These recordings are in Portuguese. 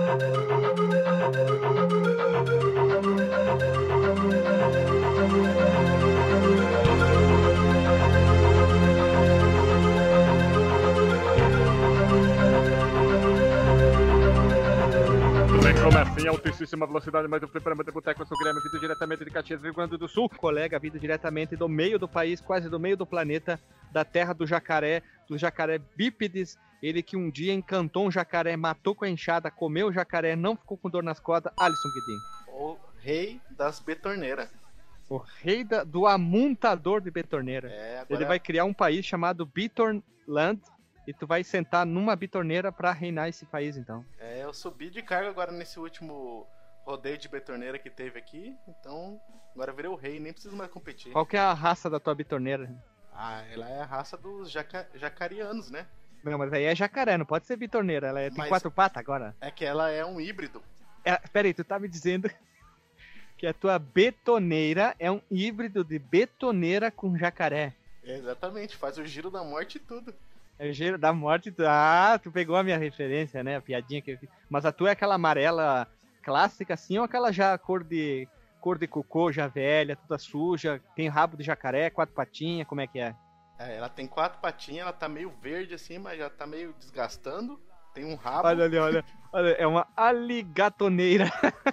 Começa em altíssima velocidade, mas o fliperama de boteco. Eu sou o Guilherme, vindo diretamente de Caxias, Rio Grande do Sul. Colega, vindo diretamente do meio do país, quase do meio do planeta, da terra do jacaré bípedes. Ele que um dia encantou um jacaré, matou com a enxada, comeu o jacaré, não ficou com dor nas costas. Alisson Guedin. O rei das betorneiras. O rei do amuntador de betorneira. Agora... Ele vai criar um país chamado Bitornland. E tu vai sentar numa bitorneira pra reinar esse país, então. Eu subi de cargo agora nesse último rodeio de betorneira que teve aqui. Então, agora eu virei o rei, nem preciso mais competir. Qual que é a raça da tua bitorneira? Ela é a raça dos jacarianos, né? Não, mas aí é jacaré, não pode ser bitorneira. Ela tem 4 patas agora. É que ela é um híbrido. Peraí, tu tá me dizendo que a tua betoneira é um híbrido de betoneira com jacaré. Exatamente, faz o giro da morte e tudo. É o giro da morte. Tu pegou a minha referência, né? A piadinha que eu fiz. Mas a tua é aquela amarela clássica, assim, ou aquela já cor de cocô, já velha, toda suja, tem rabo de jacaré, 4 patinhas, como é que é? Ela tem 4 patinhas, ela tá meio verde assim, mas já tá meio desgastando. Tem um rabo. Olha ali, olha, é uma aligatoneira.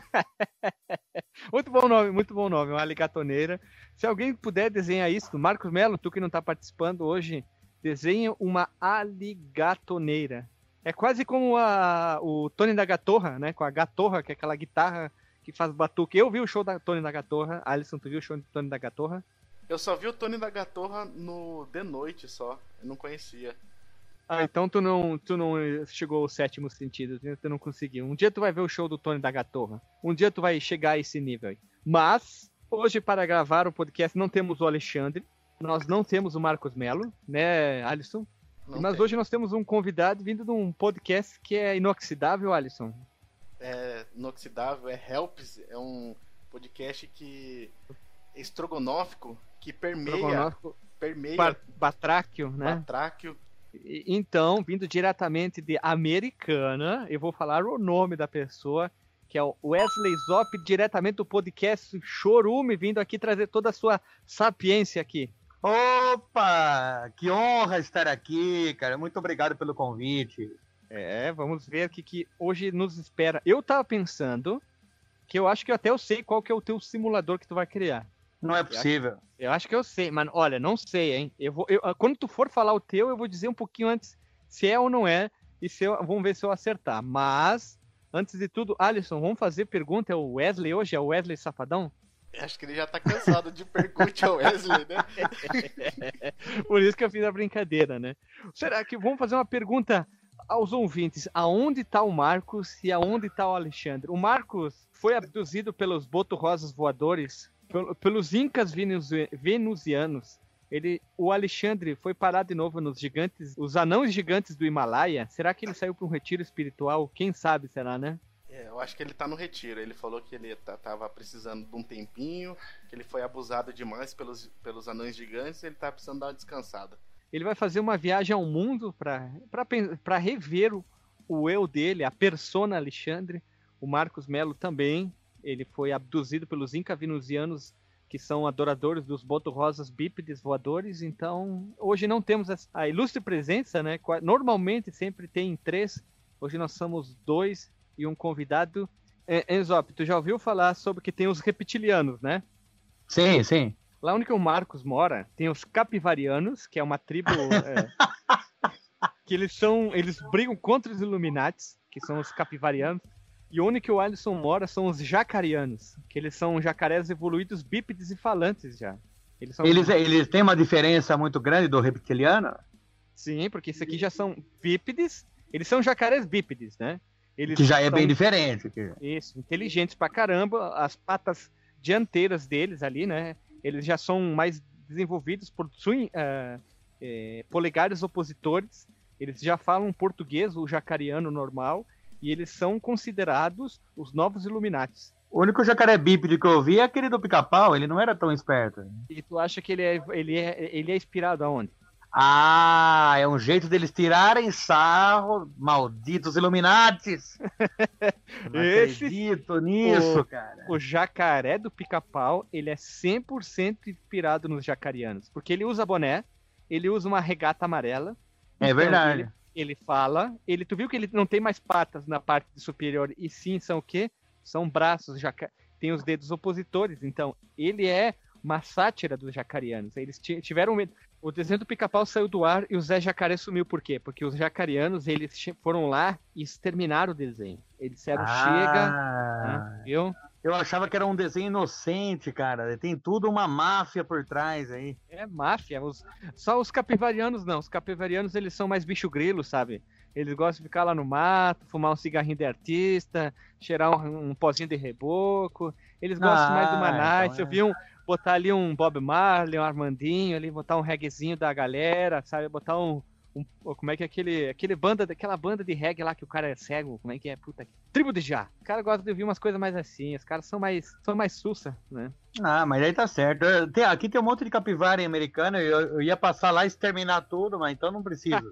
Muito bom nome, uma aligatoneira. Se alguém puder desenhar isso, Marcos Melo, tu que não tá participando hoje, desenha uma aligatoneira. É quase como o Tony da Gatorra, né? Com a Gatorra, que é aquela guitarra que faz batuque. Eu vi o show da Tony da Gatorra. Alisson, tu viu o show do Tony da Gatorra? Eu só vi o Tony da Gatorra no The Noite só. Eu não conhecia. Então tu não chegou ao 7º sentido. Tu não conseguiu. Um dia tu vai ver o show do Tony da Gatorra. Um dia tu vai chegar a esse nível aí. Mas, hoje para gravar o podcast não temos o Alexandre. Nós não temos o Marcos Melo, né, Alisson? Mas hoje nós temos um convidado vindo de um podcast que é inoxidável, Alisson. É inoxidável, é Helps, é um podcast que é estrogonófico, que permeia Batráquio, né? Batráquio. Então, vindo diretamente de Americana, eu vou falar o nome da pessoa, que é o Wesley Zop, diretamente do podcast Chorume, vindo aqui trazer toda a sua sapiência aqui. Opa! Que honra estar aqui, cara. Muito obrigado pelo convite. Vamos ver o que hoje nos espera. Eu tava pensando que eu acho que eu sei qual que é o teu simulador que tu vai criar. Não é possível. Eu acho que eu sei, mano. Olha, não sei, hein? Quando tu for falar o teu, eu vou dizer um pouquinho antes se é ou não é, e vamos ver se eu acertar. Mas, antes de tudo, Alisson, vamos fazer pergunta. É o Wesley hoje? É o Wesley Safadão? Acho que ele já tá cansado de pergunte ao Wesley, né? Por isso que eu fiz a brincadeira, né? Será que vamos fazer uma pergunta aos ouvintes? Aonde tá o Marcos e aonde tá o Alexandre? O Marcos foi abduzido pelos boto-rosas voadores, pelos incas venusianos. O Alexandre foi parar de novo os anões gigantes do Himalaia. Será que ele saiu para um retiro espiritual? Quem sabe, será, né? Eu acho que ele tá no retiro. Ele falou que ele tava precisando de um tempinho, que ele foi abusado demais pelos anões gigantes e ele tá precisando dar uma descansada. Ele vai fazer uma viagem ao mundo para rever o eu dele, a persona Alexandre. O Marcos Melo também. Ele foi abduzido pelos inca-venusianos, que são adoradores dos boto-rosas bípedes voadores. Então, hoje não temos a ilustre presença, né? Normalmente sempre tem 3. Hoje nós somos 2 e um convidado. Enzop, tu já ouviu falar sobre que tem os reptilianos, né? Sim, sim. Lá onde o Marcos mora, tem os capivarianos, que é uma tribo que eles brigam contra os Illuminates, que são os capivarianos. E onde que o Alisson mora são os jacarianos, que eles são jacarés evoluídos bípedes e falantes já. Eles têm uma diferença muito grande do reptiliano? Sim, porque isso aqui já são bípedes, eles são jacarés bípedes, né? Que já é bem diferente. Isso, inteligentes pra caramba, as patas dianteiras deles ali, né? Eles já são mais desenvolvidos, possuem polegares opositores, eles já falam português, o jacariano normal, e eles são considerados os novos Illuminates. O único jacaré bípede que eu vi é aquele do Pica-Pau, ele não era tão esperto. E tu acha que ele é inspirado aonde? Ah, é um jeito deles tirarem sarro, malditos Illuminates! Não Esse- acredito nisso, cara. O jacaré do Pica-Pau, ele é 100% inspirado nos jacarianos. Porque ele usa boné, ele usa uma regata amarela. É Então, verdade. Ele fala, tu viu que ele não tem mais patas na parte superior, e sim são o quê? São braços, tem os dedos opositores, então ele é uma sátira dos jacarianos. Eles tiveram medo. O desenho do Pica-Pau saiu do ar e o Zé Jacaré sumiu, por quê? Porque os jacarianos, eles foram lá e exterminaram o desenho. Eles disseram, chega, né? Viu? Eu achava que era um desenho inocente, cara. Tem tudo uma máfia por trás aí. É máfia. Só os capivarianos não. Os capivarianos, eles são mais bicho grilo, sabe? Eles gostam de ficar lá no mato, fumar um cigarrinho de artista, cheirar um pozinho de reboco. Eles gostam mais do Manais. então Eu vi botar ali um Bob Marley, um Armandinho, ali, botar um reguezinho da galera, sabe? Botar como é que é aquela banda de reggae lá que o cara é cego, como é que é? Puta, Tribo de Já. O cara gosta de ouvir umas coisas mais assim, os caras são mais sussa, né? Mas aí tá certo. Aqui tem um monte de capivara americana, eu ia passar lá e exterminar tudo, mas então não preciso.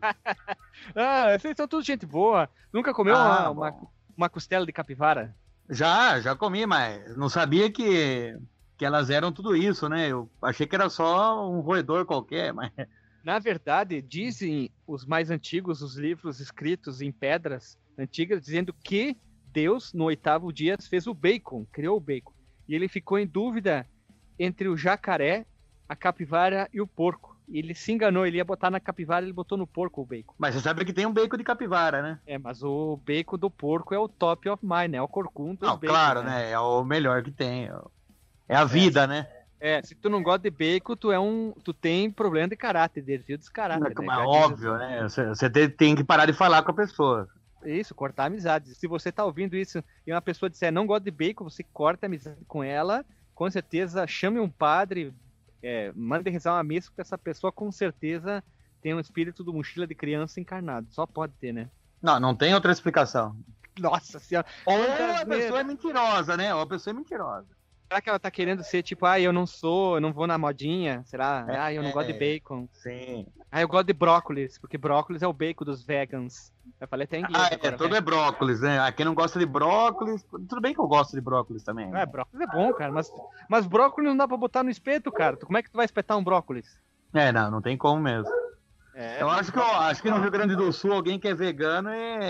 Vocês são tudo gente boa. Nunca comeu uma costela de capivara? Já comi, mas não sabia que elas eram tudo isso, né? Eu achei que era só um roedor qualquer, mas... Na verdade, dizem os mais antigos, os livros escritos em pedras antigas, dizendo que Deus, no 8º dia, fez o bacon, criou o bacon. E ele ficou em dúvida entre o jacaré, a capivara e o porco. E ele se enganou, ele ia botar na capivara, ele botou no porco o bacon. Mas você sabe que tem um bacon de capivara, né? Mas o bacon do porco é o top of mind, né? É o corcunda dos bacon. Claro, né? É o melhor que tem. É a vida, né? Se tu não gosta de bacon, tu tem problema de caráter, desvio dos caráter. Mas óbvio, né? Você tem que parar de falar com a pessoa. Isso, cortar a amizade. Se você tá ouvindo isso e uma pessoa disser não gosta de bacon, você corta a amizade com ela, com certeza chame um padre, mande rezar uma missa, porque essa pessoa com certeza tem um espírito do mochila de criança encarnado. Só pode ter, né? Não tem outra explicação. Nossa senhora. Ou a pessoa é mentirosa, né? Ou a pessoa é mentirosa. Será que ela tá querendo ser tipo, eu não vou na modinha? Será? Eu não gosto de bacon. Sim. Eu gosto de brócolis, porque brócolis é o bacon dos vegans. Eu falei até em inglês. Tudo é brócolis, né? Quem não gosta de brócolis, tudo bem que eu gosto de brócolis também. Brócolis é bom, cara, mas brócolis não dá pra botar no espeto, cara. Como é que tu vai espetar um brócolis? Não tem como mesmo. Eu acho que no Rio Grande do Sul alguém que é vegano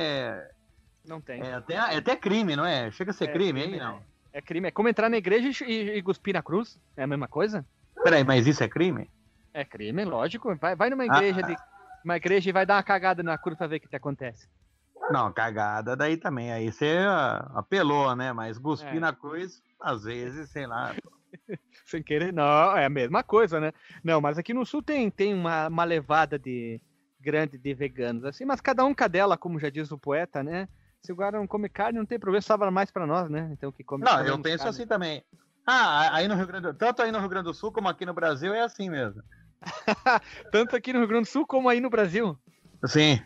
Não tem. É até crime, não é? Chega a ser crime aí, não? É crime. É como entrar na igreja e cuspir na cruz. É a mesma coisa? Peraí, mas isso é crime? É crime, lógico. Vai numa igreja uma igreja e vai dar uma cagada na cruz pra ver o que acontece. Não, cagada daí também. Aí você apelou, né? Mas cuspir na cruz, às vezes, sei lá. Sem querer, não. É a mesma coisa, né? Não, mas aqui no Sul tem uma levada grande de veganos, assim. Mas cada um cadela, como já diz o poeta, né? Se o cara não come carne, não tem problema, sobra mais pra nós, né? Então que come. Não, eu penso carne. Assim também. Aí no Rio Grande do Sul, tanto aí no Rio Grande do Sul como aqui no Brasil é assim mesmo. Tanto aqui no Rio Grande do Sul como aí no Brasil. Sim.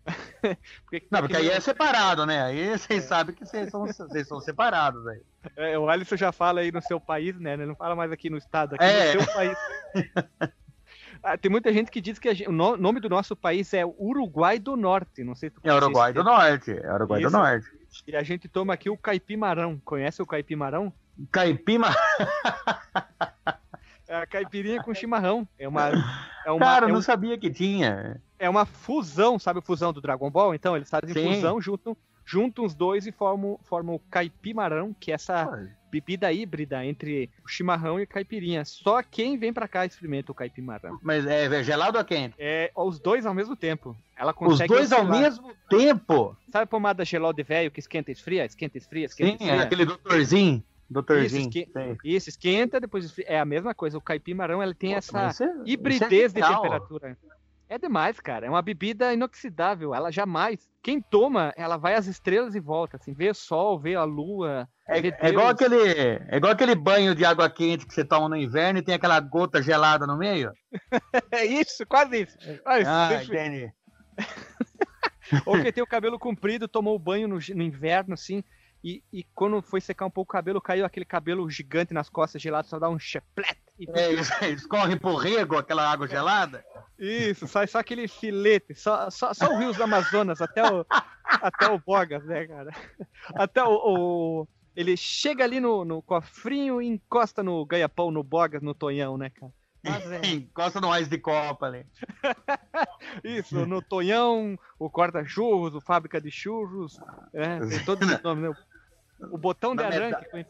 Porque aí é separado, né? Aí vocês sabem que vocês são separados aí. O Alisson já fala aí no seu país, né? Ele não fala mais aqui no estado, aqui no seu país. Tem muita gente que diz que o nome do nosso país é Uruguai do Norte. Não sei se tu conhece. Uruguai do Norte. Uruguai do Norte. E a gente toma aqui o caipimarão. Conhece o caipimarão? Caipimarão? É a caipirinha com chimarrão. Cara, eu não sabia que tinha. É uma fusão, sabe a fusão do Dragon Ball? Então, eles fazem fusão, juntam os dois e formam o caipimarão, que é essa bebida híbrida entre o chimarrão e a caipirinha. Só quem vem pra cá experimenta o caipimarão. Mas é gelado ou quente? Os dois ao mesmo tempo. Ela Os consegue dois ao mesmo tempo? Sabe a pomada geló de velho que esquenta e esfria? Esquenta e esfria, esquenta e esfria? Sim, aquele doutorzinho. Isso, esquenta, depois esfria. É a mesma coisa. O caipimarão, ele tem essa hibridez de temperatura. É demais, cara. É uma bebida inoxidável. Ela jamais... Quem toma, ela vai às estrelas e volta, assim. Vê o sol, vê a lua, É igual aquele banho de água quente que você toma no inverno e tem aquela gota gelada no meio. É isso, quase isso. Entendi. Ou que tem o cabelo comprido, tomou banho no inverno, assim, e quando foi secar um pouco o cabelo, caiu aquele cabelo gigante nas costas gelado, só dá um cheplet. Escorre pro rego aquela água gelada. Isso, sai só aquele filete, só o rio do Amazonas, até Até o Bogas, né, cara? Até ele chega ali no cofrinho e encosta no ganha-pão, no Bogas, no Tonhão, né, cara? Mas, Encosta no Ice de Copa ali. Isso, no Tonhão, o Corta-Churros, o Fábrica de Churros, tem todos os nomes, né? O Botão de Arranque.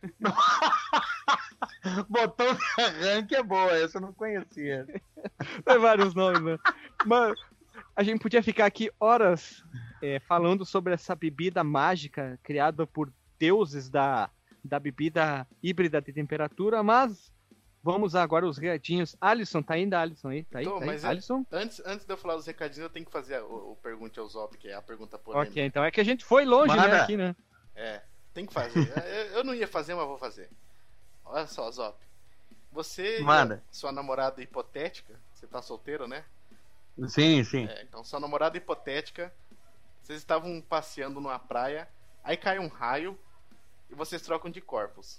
Botão de Arranque é boa, essa eu não conhecia. Tem vários nomes, né? Mas a gente podia ficar aqui horas falando sobre essa bebida mágica criada por deuses da bebida híbrida de temperatura, mas vamos agora os recadinhos. Alisson, tá ainda, Alisson aí? Tá aí? Tô, tá aí? mas Alisson? Antes de eu falar dos recadinhos, eu tenho que fazer o Pergunte ao Zop, que é a pergunta polêmica. Ok, então é que a gente foi longe, né, aqui, né? Tem que fazer. Eu não ia fazer, mas vou fazer. Olha só, Zop. Você Manda. e a sua namorada hipotética, você tá solteiro, né? Sim. Então, sua namorada hipotética, vocês estavam passeando numa praia, aí cai um raio e vocês trocam de corpos.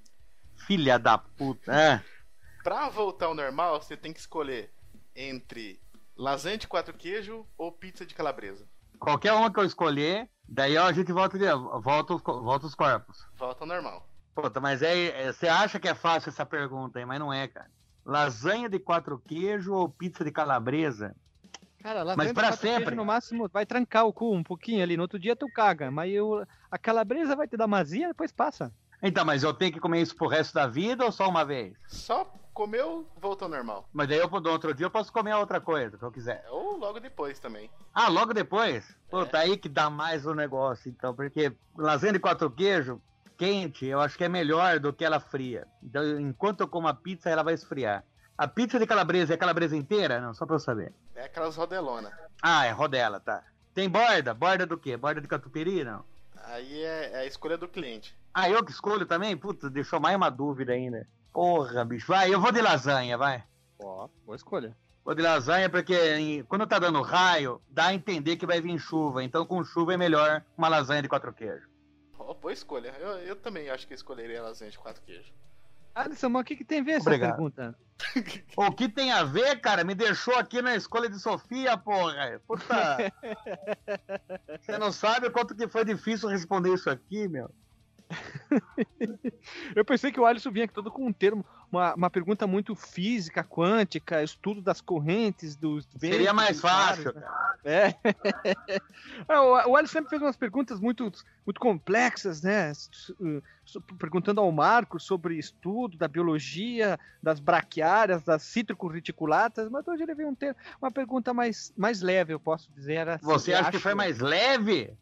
Filha da puta. Pra voltar ao normal, você tem que escolher entre lasanha de 4 queijos ou pizza de calabresa. Qualquer uma que eu escolher, daí a gente volta os corpos. Volta ao normal. Puta, mas você acha que é fácil essa pergunta aí, mas não é, cara. Lasanha de 4 queijos ou pizza de calabresa? Cara, lasanha Mas de pra 4 queijos, sempre. no máximo vai trancar o cu um pouquinho ali, no outro dia tu caga, mas a calabresa vai te dar mazia, depois passa. Então, mas eu tenho que comer isso pro resto da vida ou só uma vez? Só comeu, volta ao normal. Mas daí no outro dia eu posso comer outra coisa, que eu quiser. Ou logo depois também. Ah, logo depois? Puta, aí que dá mais o negócio, então, porque lasanha de 4 queijos, quente, eu acho que é melhor do que ela fria. Então, enquanto eu como a pizza, ela vai esfriar. A pizza de calabresa é calabresa inteira? Não, só pra eu saber. É aquelas rodelonas. Ah, é rodela, tá. Tem borda? Borda do quê? Borda de catupiry, não? Aí é a escolha do cliente. Ah, eu que escolho também? Puta, deixou mais uma dúvida ainda. Porra, bicho. Vai, eu vou de lasanha, vai. Ó, boa escolha. Vou de lasanha porque quando tá dando raio, dá a entender que vai vir chuva. Então com chuva é melhor uma lasanha de 4 queijos. Boa escolha. Eu também acho que escolheria a lasanha de 4 queijos. Alisson, mas o que tem a ver essa Obrigado. pergunta? O que tem a ver, cara? Me deixou aqui na escolha de Sofia, porra. Puta. Você não sabe o quanto que foi difícil responder isso aqui, meu. Eu pensei que o Alisson vinha aqui todo com um termo, uma pergunta muito física, quântica, estudo das correntes, dos ventos. Seria mais fácil, né? O Alisson sempre fez umas perguntas muito complexas, né? Perguntando ao Marcos sobre estudo da biologia, das braquiárias, das cítrico-reticulatas, mas hoje ele veio uma pergunta mais leve, eu posso dizer. Assim, você acha que foi mais leve?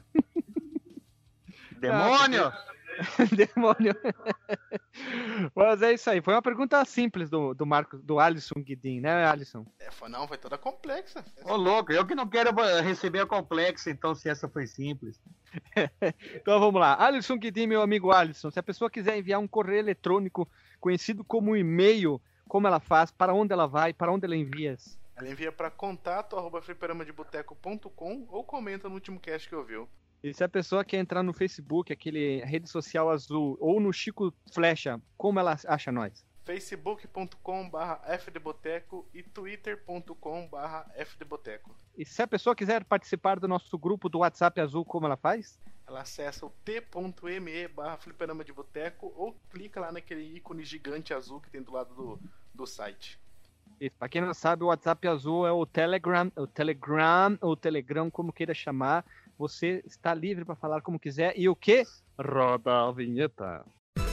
Demônio! Demônio! Mas é isso aí. Foi uma pergunta simples do Marcos, do Alisson Guidin, né, Alisson? Foi toda complexa. Ô, louco, eu que não quero receber a complexa, então, se essa foi simples. Então vamos lá. Alisson Guidin, meu amigo Alisson, se a pessoa quiser enviar um correio eletrônico conhecido como e-mail, como ela faz, para onde ela vai, para onde ela envia? Ela envia para contato@fliperamadeboteco.com ou comenta no último cast que ouviu. E se a pessoa quer entrar no Facebook, aquele rede social azul, ou no Chico Flecha, como ela acha nós? facebook.com/fdboteco e twitter.com/fdboteco. E se a pessoa quiser participar do nosso grupo do WhatsApp azul, como ela faz? Ela acessa o t.me/fliperamadeboteco ou clica lá naquele ícone gigante azul que tem do lado do site. Isso, pra quem não sabe, o WhatsApp azul é o Telegram, ou Telegram, como queira chamar. Você está livre para falar como quiser. E o que? Roda a vinheta.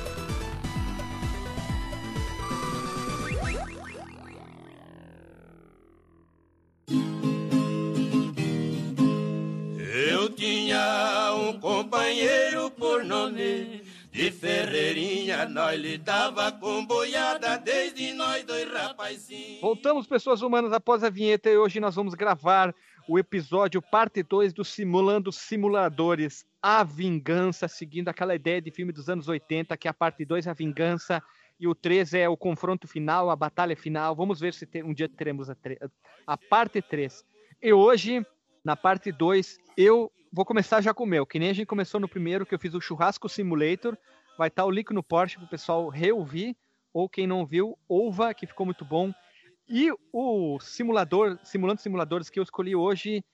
Eu tinha um companheiro por nome de Ferreirinha, nós lidava com boiada desde nós dois rapazinhos. Voltamos, pessoas humanas, após a vinheta, e hoje nós vamos gravar o episódio parte 2 do Simulando Simuladores, A Vingança, seguindo aquela ideia de filme dos anos 80, que a parte 2 é a vingança e o 3 é o confronto final, a batalha final. Vamos ver se um dia teremos a parte 3. E hoje, na parte 2, eu vou começar já com o meu, que nem a gente começou no primeiro, que eu fiz o Churrasco Simulator. Vai estar o link no Porsche para o pessoal reouvir, ou quem não viu, ouva, que ficou muito bom. E o Simulando Simuladores que eu escolhi hoje,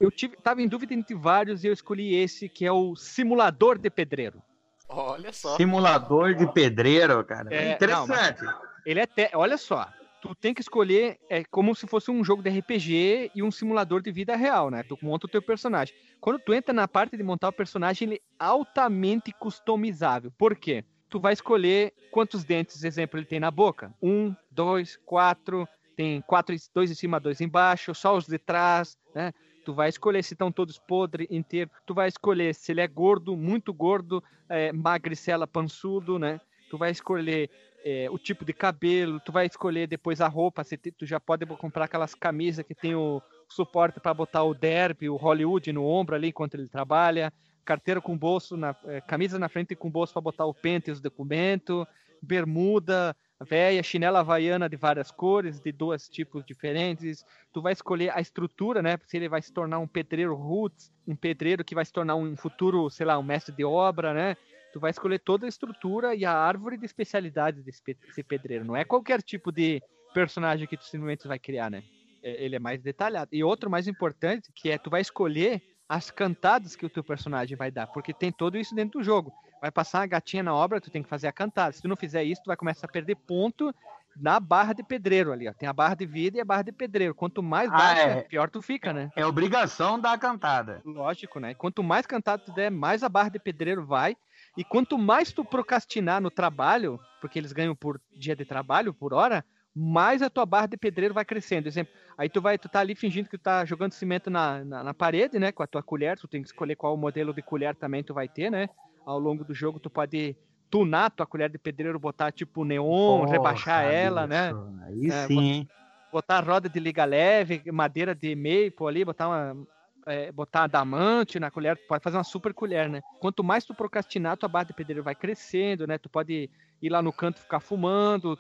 tava em dúvida entre vários e eu escolhi esse, que é o Simulador de Pedreiro. Olha só. Simulador de pedreiro, cara. É, Interessante. Ele olha só, tu tem que escolher como se fosse um jogo de RPG e um simulador de vida real, né? Tu monta o teu personagem. Quando tu entra na parte de montar o personagem, ele é altamente customizável. Por quê? Tu vai escolher quantos dentes, exemplo, ele tem na boca. 1, 2, 4, tem 4, 2 em cima, 2 embaixo, só os de trás, né? Tu vai escolher se estão todos podres, inteiros. Tu vai escolher se ele é gordo, muito gordo, magricela, pançudo, né? Tu vai escolher o tipo de cabelo. Tu vai escolher depois a roupa. Tu já pode comprar aquelas camisas que tem o suporte para botar o derby, o Hollywood no ombro ali enquanto ele trabalha. Carteira com bolso, camisa na frente com bolso para botar o pente e os documentos. Bermuda véia, chinela havaiana de várias cores, de 2 tipos diferentes. Tu vai escolher a estrutura, né? Se ele vai se tornar um pedreiro roots, um pedreiro que vai se tornar um futuro, sei lá, um mestre de obra, né? Tu vai escolher toda a estrutura e a árvore de especialidade desse pedreiro. Não é qualquer tipo de personagem que tu simplesmente vai criar, né? Ele é mais detalhado. E outro mais importante, que é tu vai escolher as cantadas que o teu personagem vai dar, porque tem tudo isso dentro do jogo. Vai passar uma gatinha na obra, tu tem que fazer a cantada. Se tu não fizer isso, tu vai começar a perder ponto na barra de pedreiro ali, ó. Tem a barra de vida e a barra de pedreiro. Quanto mais baixa, pior tu fica, né? É obrigação dar a cantada. Lógico, né? Quanto mais cantada tu der, mais a barra de pedreiro vai. E quanto mais tu procrastinar no trabalho, porque eles ganham por dia de trabalho, por hora, mais a tua barra de pedreiro vai crescendo. Exemplo, aí tu tá ali fingindo que tu tá jogando cimento na parede, né? Com a tua colher, tu tem que escolher qual modelo de colher também tu vai ter, né? Ao longo do jogo tu pode tunar tua colher de pedreiro, botar tipo neon, rebaixar ela, né? Aí sim. Botar roda de liga leve, madeira de maple ali, botar adamante na colher, tu pode fazer uma super colher, né? Quanto mais tu procrastinar, tua barra de pedreiro vai crescendo, né? Tu pode ir lá no canto ficar fumando,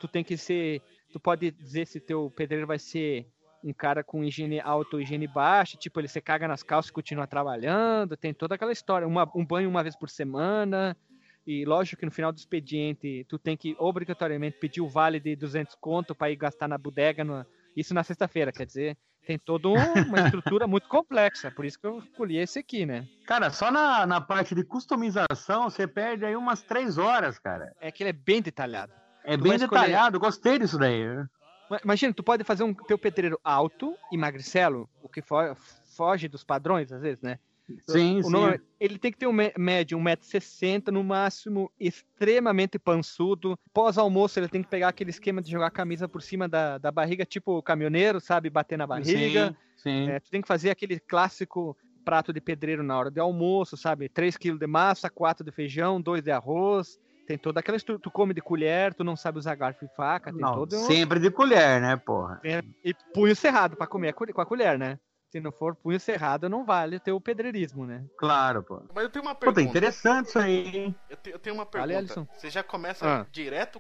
tu pode dizer se teu pedreiro vai ser um cara com higiene alta ou higiene baixa, tipo, ele se caga nas calças e continua trabalhando, tem toda aquela história, um banho uma vez por semana, e lógico que no final do expediente, tu tem que obrigatoriamente pedir o vale de 200 conto para ir gastar na bodega, isso na sexta-feira, quer dizer, tem toda uma estrutura muito complexa, por isso que eu escolhi esse aqui, né? Cara, só na parte de customização, você perde aí umas 3 horas, cara. É que ele é bem detalhado. É bem detalhado, gostei disso daí. Imagina, tu pode fazer teu pedreiro alto e magricelo, o que foge dos padrões, às vezes, né? Sim. Ele tem que ter um médio 1,60 m, no máximo, extremamente pançudo. Pós-almoço, ele tem que pegar aquele esquema de jogar a camisa por cima da barriga, tipo o caminhoneiro, sabe? Bater na barriga. Sim. Tu tem que fazer aquele clássico prato de pedreiro na hora de almoço, sabe? 3 kg de massa, 4 de feijão, 2 de arroz. Tem toda aquela estrutura. Tu come de colher, tu não sabe usar garfo e faca. Sempre de colher, né, porra? E punho cerrado pra comer com a colher, né? Se não for punho cerrado, não vale o teu pedreirismo, né? Claro, pô. Mas eu tenho uma pergunta. Pô, tá interessante isso aí, hein? Eu tenho uma pergunta. Você já começa direto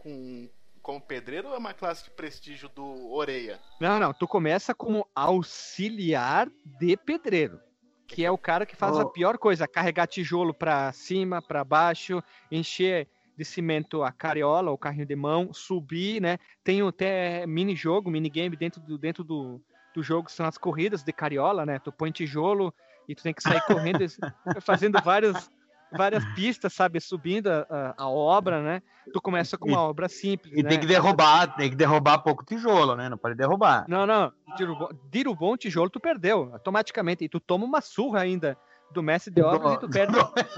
como pedreiro ou é uma classe de prestígio do Oreia? Não. Tu começa como auxiliar de pedreiro. Que é o cara que faz a pior coisa, carregar tijolo pra cima, pra baixo, encher de cimento a carriola, o carrinho de mão, subir, né? Tem até minigame dentro do jogo, são as corridas de carriola, né? Tu põe tijolo e tu tem que sair correndo, fazendo várias pistas, sabe? Subindo a obra, né? Tu começa com uma obra simples, e né? tem que derrubar pouco tijolo, né? Não pode derrubar. Não. Derrubou um tijolo, tu perdeu automaticamente. E tu toma uma surra ainda do mestre de obras e tu perde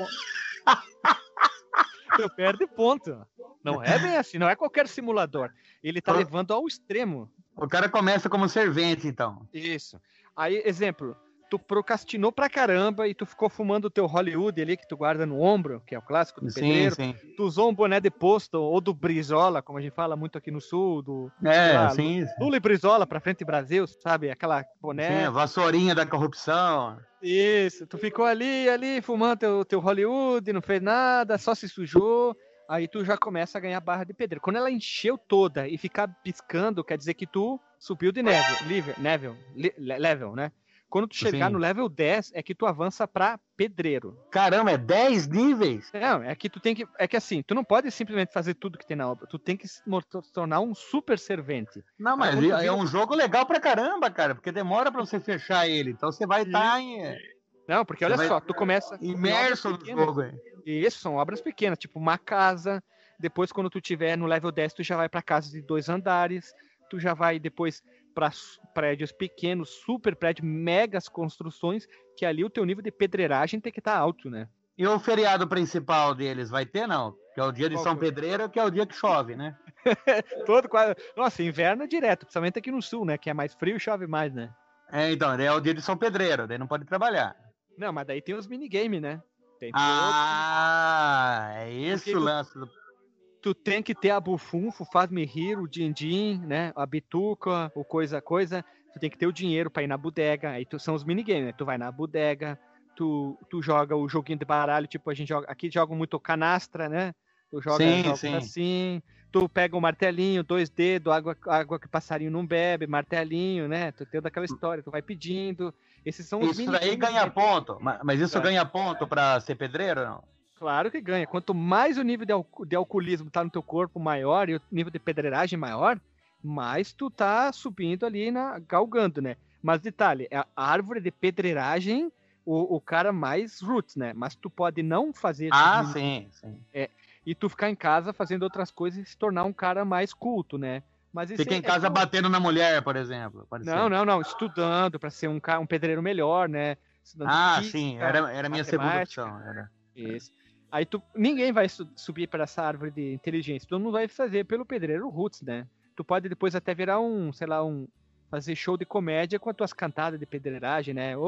tu perde ponto. Não é bem assim, não é qualquer simulador. Ele tá levando ao extremo. O cara começa como servente, então. Isso. Aí, exemplo, tu procrastinou pra caramba e tu ficou fumando o teu Hollywood ali que tu guarda no ombro, que é o clássico do pedreiro. Sim. Tu usou um boné de posto ou do Brizola, como a gente fala muito aqui no sul, sim. Lula e Brizola pra frente Brasil, sabe? Aquela boné. Sim, a vassourinha da corrupção. Isso, tu ficou ali fumando teu Hollywood, não fez nada, só se sujou. Aí tu já começa a ganhar barra de pedreiro. Quando ela encheu toda e ficar piscando, quer dizer que tu subiu de level, né? Quando tu chegar Sim. no level 10, é que tu avança pra pedreiro. Caramba, é 10 níveis? Não, é que tu tem que... É que assim, tu não pode simplesmente fazer tudo que tem na obra. Tu tem que se tornar um super servente. Não, mas quando tu é vira- um jogo legal pra caramba, cara, porque demora pra você fechar ele. Então você vai estar Não, porque Você olha vai só, tu começa... imerso no jogo. Hein? E isso são obras pequenas, tipo uma casa. Depois, quando tu tiver no level 10, tu já vai pra casa de 2 andares. Tu já vai depois para prédios pequenos, super prédios, megas construções, que ali o teu nível de pedreiragem tem que estar alto, né? E o feriado principal deles vai ter, não? Que é o dia de Qual São que é? Pedreiro, que é o dia que chove, né? Todo quase... Nossa, inverno é direto, principalmente aqui no sul, né? Que é mais frio e chove mais, né? Então, daí é o dia de São Pedreiro, daí não pode trabalhar. Não, mas daí tem os minigames, né? Tem É esse Porque o lance. tu tem que ter a bufunfo, faz-me rir, o din-din, né? A bituca, o coisa. Tu tem que ter o dinheiro pra ir na bodega. Aí são os minigames, né? Tu vai na bodega, tu joga o joguinho de baralho, tipo, a gente joga. Aqui joga muito canastra, né? Tu joga jogos assim. Tu pega um martelinho, 2 dedos, água que o passarinho não bebe, martelinho, né? Tu tem daquela história, tu vai pedindo. Esses são os Isso daí ganha ponto. Mas isso ganha ponto pra ser pedreiro, não? Claro que ganha. Quanto mais o nível de alcoolismo tá no teu corpo maior e o nível de pedreiragem maior, mais tu tá subindo ali, galgando, né? Mas detalhe, a árvore de pedreiragem, o cara mais roots, né? Mas tu pode não fazer... Sim. E tu ficar em casa fazendo outras coisas e se tornar um cara mais culto, né? Mas Fica em casa batendo na mulher, por exemplo. Não. Estudando para ser um pedreiro melhor, né? Estudando física, sim. Era minha segunda opção. Isso. Aí ninguém vai subir para essa árvore de inteligência. Todo mundo vai fazer pelo pedreiro roots, né? Tu pode depois até virar fazer show de comédia com as tuas cantadas de pedreiragem, né?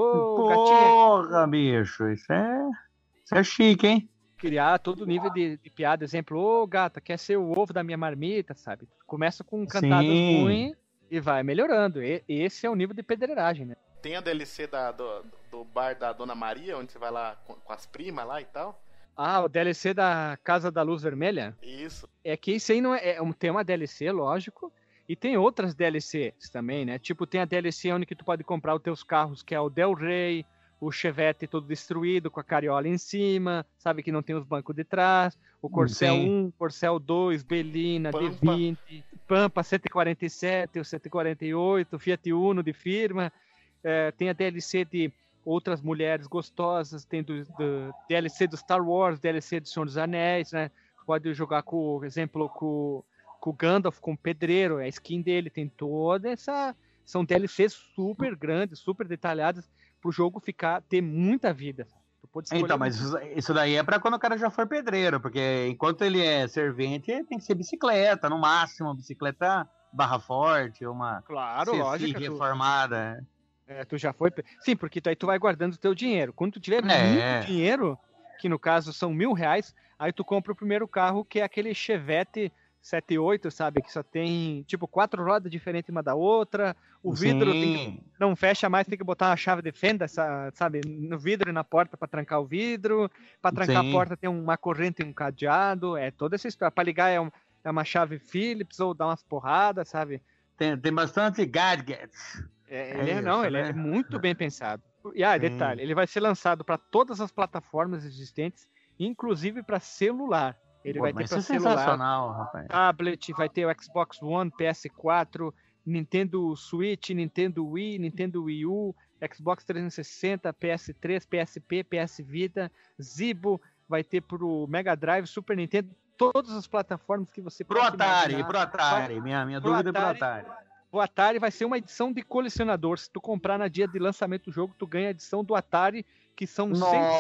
Porra, bicho, isso é chique, hein? Criar todo nível de piada, exemplo, gata, quer ser o ovo da minha marmita, sabe? Começa com cantadas ruins e vai melhorando. Esse é o nível de pedreiragem, né? Tem a DLC do bar da Dona Maria, onde você vai lá com as primas lá e tal? O DLC da Casa da Luz Vermelha? Isso. É que isso aí não tem uma DLC, lógico, e tem outras DLCs também, né? Tipo, tem a DLC onde que tu pode comprar os teus carros, que é o Del Rey, o Chevette todo destruído, com a cariola em cima, sabe que não tem os bancos de trás, o Corcel 1, Corcel 2, Belina, D20, Pampa 147, o 148, Fiat Uno de firma, tem a DLC de outras mulheres gostosas, tem do DLC do Star Wars, DLC do Senhor dos Anéis, né? Pode jogar com, exemplo, com o Gandalf, com o Pedreiro, a skin dele, tem toda essa... São DLCs super grandes, super detalhadas, pro jogo ter muita vida. Tu pode então, mas isso daí é pra quando o cara já for pedreiro, porque enquanto ele é servente, tem que ser bicicleta, no máximo, bicicleta barra forte, uma lógico, reformada. Tu já foi... Sim, porque aí tu vai guardando o teu dinheiro. Quando tu tiver muito dinheiro, que no caso são R$1.000, aí tu compra o primeiro carro, que é aquele Chevette 78, sabe? Que só tem, tipo, 4 rodas diferentes uma da outra. O vidro não fecha mais, tem que botar uma chave de fenda, sabe? No vidro e na porta para trancar o vidro. Para trancar a porta tem uma corrente e um cadeado. É toda essa história. Para ligar é uma chave Phillips ou dar umas porradas, sabe? Tem bastante gadgets. Ele é muito bem pensado. E detalhe, ele vai ser lançado para todas as plataformas existentes, inclusive para celular. Ele vai ter para celular, rapaz. tablet, vai ter o Xbox One, PS4, Nintendo Switch, Nintendo Wii, Nintendo Wii U, Xbox 360, PS3, PSP, PS Vita, Zibo, vai ter pro Mega Drive, Super Nintendo, todas as plataformas que você pode imaginar. Pro Atari, minha dúvida é pro Atari. O Atari vai ser uma edição de colecionador. Se tu comprar na dia de lançamento do jogo, tu ganha a edição do Atari, que são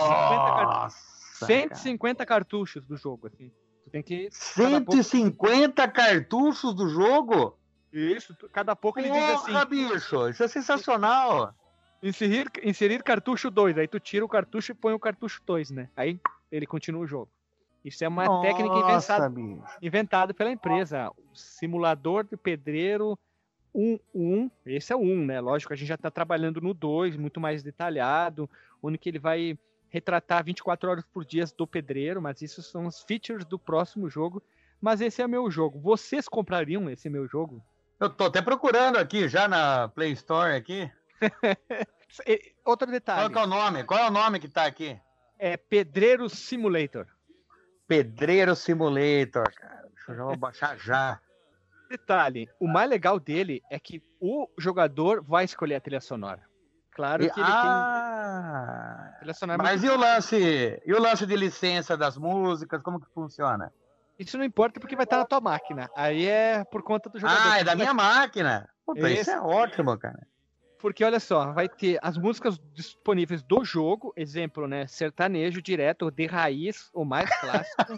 150 cartuchos do jogo, assim. Tu tem que... 150 cartuchos do jogo? Isso, cada pouco ele diz assim... bicho, isso é sensacional. Inserir cartucho 2, aí tu tira o cartucho e põe o cartucho 2, né? Aí ele continua o jogo. Isso é uma técnica inventada pela empresa. O simulador de pedreiro 1, esse é o 1, né? Lógico, a gente já tá trabalhando no 2, muito mais detalhado, onde que ele vai retratar 24 horas por dia do pedreiro, mas isso são os features do próximo jogo. Mas esse é meu jogo. Vocês comprariam esse meu jogo? Eu tô até procurando aqui, já na Play Store aqui. Outro Qual detalhe. que é o nome? Qual é o nome que tá aqui? É Pedreiro Simulator. Pedreiro Simulator, cara. Deixa eu já vou baixar já. Detalhe, o mais legal dele é que o jogador vai escolher a trilha sonora. Claro que ele tem trilha sonora Mas muito... e o lance de licença das músicas, como que funciona? Isso não importa porque vai estar na tua máquina. Aí é por conta do jogador. É da minha máquina. Puta, isso Esse- é ótimo, cara. Porque olha só, vai ter as músicas disponíveis do jogo, exemplo, né? Sertanejo direto, de raiz, o mais clássico.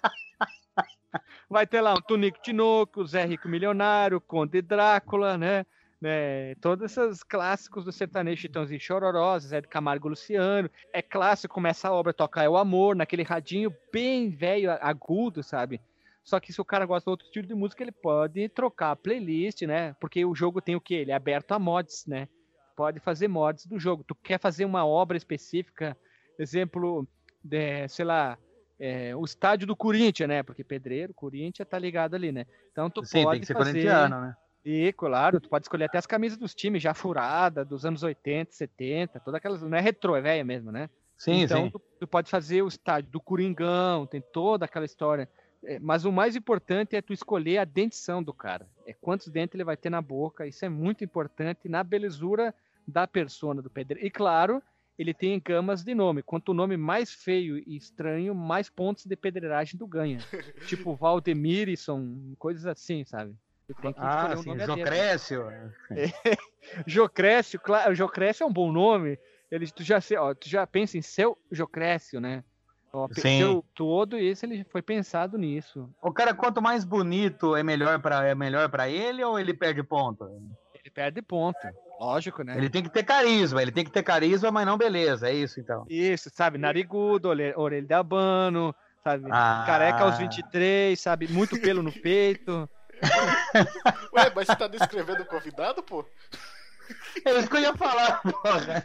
Vai ter lá um Tunico Tinoco, Zé Rico Milionário, Conde Drácula, né? Todos esses clássicos do sertanejo, Chitãozinho e Chororó, Zé de Camargo e Luciano. É clássico, começa a obra, toca É o Amor, naquele radinho bem velho, agudo, sabe? Só que se o cara gosta de outro estilo de música, ele pode trocar a playlist, né? Porque o jogo tem o quê? Ele é aberto a mods, né? Pode fazer mods do jogo. Tu quer fazer uma obra específica, exemplo, sei lá, o estádio do Corinthians, né? Porque pedreiro, Corinthians tá ligado ali, né? Então tu Sim, pode tem que ser fazer... corintiano, né? E, claro, tu pode escolher até as camisas dos times já furada, dos anos 80, 70, todas aquelas, não é retrô, é velha mesmo, né? Sim, Então sim. tu pode fazer o estádio do Coringão, tem toda aquela história. Mas o mais importante é tu escolher a dentição do cara. Quantos dentes ele vai ter na boca, isso é muito importante na belezura da persona do pedreiro. E claro, ele tem gamas de nome. Quanto o nome mais feio e estranho, mais pontos de pedreiragem tu ganha. Tipo Valdemirson, coisas assim, sabe? Tu tem que escolher um Sim, nome Jocrécio. Jocrécio, claro, Jocrécio é um bom nome. Tu já pensa em seu Jocrécio, né? Sim. Seu todo esse ele foi pensado nisso. O cara, quanto mais bonito, é melhor pra ele ou ele perde ponto? Ele perde ponto, lógico, né? Ele tem que ter carisma, mas não beleza, é isso então. Isso, sabe? Narigudo, orelha de abano, sabe? Careca aos 23, sabe? Muito pelo no peito. Ué, mas você tá descrevendo o convidado, pô? É isso que eu ia falar, porra.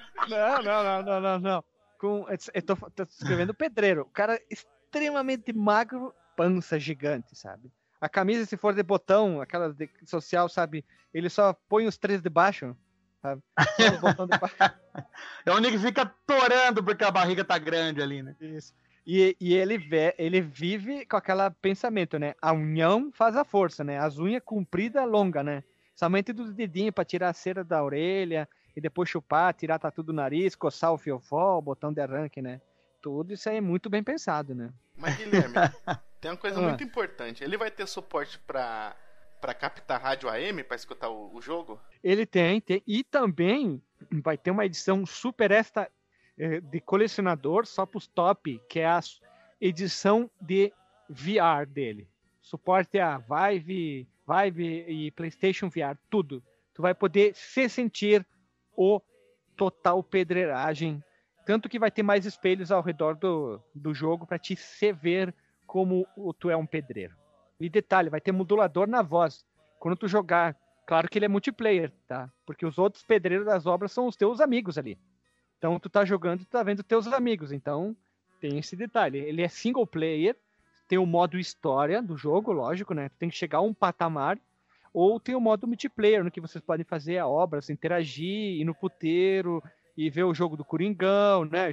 Não. Eu tô escrevendo pedreiro. O cara é extremamente magro, pança gigante, sabe? A camisa, se for de botão, aquela de social, sabe? Ele só põe os 3 de baixo, sabe? Só os botões de baixo. É onde que fica torando porque a barriga tá grande ali, né? Isso. E ele vive com aquele pensamento, né? A união faz a força, né? As unhas compridas, longa, né? Somente dos dedinhos para tirar a cera da orelha e depois chupar, tirar tatu do nariz, coçar o fiofó, o botão de arranque, né? Tudo isso aí é muito bem pensado, né? Mas, Guilherme, tem uma coisa muito importante. Ele vai ter suporte pra captar rádio AM pra escutar o jogo? Ele tem. E também vai ter uma edição super extra de colecionador só pros top, que é a edição de VR dele. Suporte a Vive e PlayStation VR, tudo. Tu vai poder se sentir o total pedreiragem. Tanto que vai ter mais espelhos ao redor do jogo para te se ver como tu é um pedreiro. E detalhe, vai ter modulador na voz. Quando tu jogar, claro que ele é multiplayer, tá? Porque os outros pedreiros das obras são os teus amigos ali. Então tu tá jogando e tu tá vendo teus amigos. Então tem esse detalhe. Ele é single player, tem o modo história do jogo, lógico, né? Tu tem que chegar a um patamar. Ou tem o modo multiplayer, no que vocês podem fazer obras, interagir, ir no puteiro e ver o jogo do Coringão, né?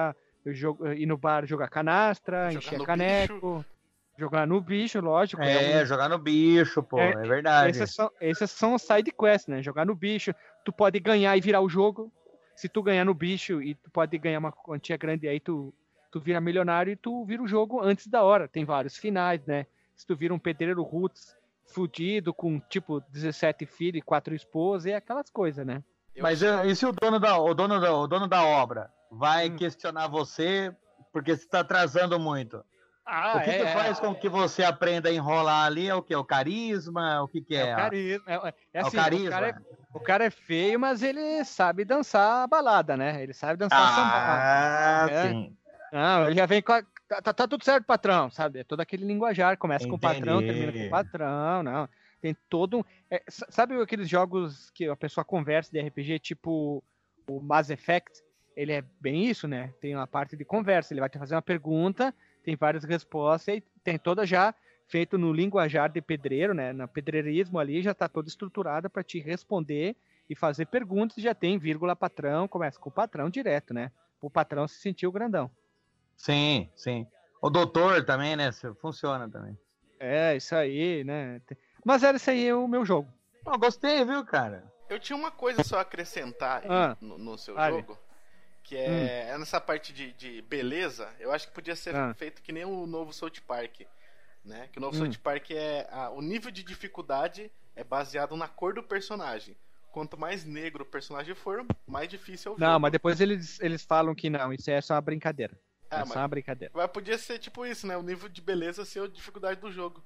Ir no bar jogar canastra, encher caneco, jogar no bicho, lógico. Jogar no bicho, pô, é verdade. Esses são os side quests, né? Jogar no bicho, tu pode ganhar e virar o jogo. Se tu ganhar no bicho e tu pode ganhar uma quantia grande, aí tu vira milionário e tu vira o jogo antes da hora. Tem vários finais, né? Se tu vira um pedreiro roots fudido, com tipo 17 filhos e 4 esposas, e aquelas coisas, né? Mas e se o dono da obra vai questionar você porque você está atrasando muito? O que faz com que você aprenda a enrolar ali? É o que? O carisma? O que é? O carisma. Assim, o carisma. O cara é feio, mas ele sabe dançar a balada, né? Ele sabe dançar samba. Sim. Não, ele já vem com tá tudo certo, patrão, sabe? É todo aquele linguajar, começa com o patrão, termina com o patrão, não. Tem todo um... sabe aqueles jogos que a pessoa conversa de RPG, tipo o Mass Effect? Ele é bem isso, né? Tem uma parte de conversa, ele vai te fazer uma pergunta, tem várias respostas, e tem toda já feito no linguajar de pedreiro, né? No pedreirismo ali, já tá toda estruturada para te responder e fazer perguntas, já tem vírgula patrão, começa com o patrão direto, né? O patrão se sentiu grandão. Sim. O doutor também, né? Funciona também. É, isso aí, né? Mas era isso aí o meu jogo. Eu gostei, viu, cara? Eu tinha uma coisa só a acrescentar no seu jogo, que é nessa parte de beleza, eu acho que podia ser feito que nem o novo South Park, né? Que o novo South Park o nível de dificuldade é baseado na cor do personagem. Quanto mais negro o personagem for, mais difícil é o jogo. Não, mas depois eles falam que não, isso é só uma brincadeira. Só uma brincadeira. Mas podia ser tipo isso, né? O nível de beleza ser a dificuldade do jogo.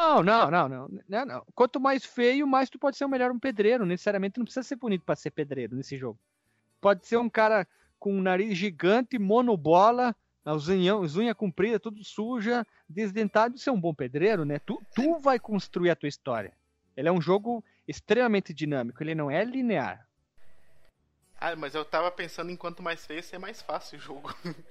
Não. Quanto mais feio, mais tu pode ser o melhor um pedreiro. Necessariamente não precisa ser bonito pra ser pedreiro nesse jogo. Pode ser um cara com um nariz gigante, monobola, as unhas compridas, tudo suja, desdentado, e ser um bom pedreiro, né? Tu vai construir a tua história. Ele é um jogo extremamente dinâmico, ele não é linear. Mas eu tava pensando em quanto mais feio, ser mais fácil o jogo.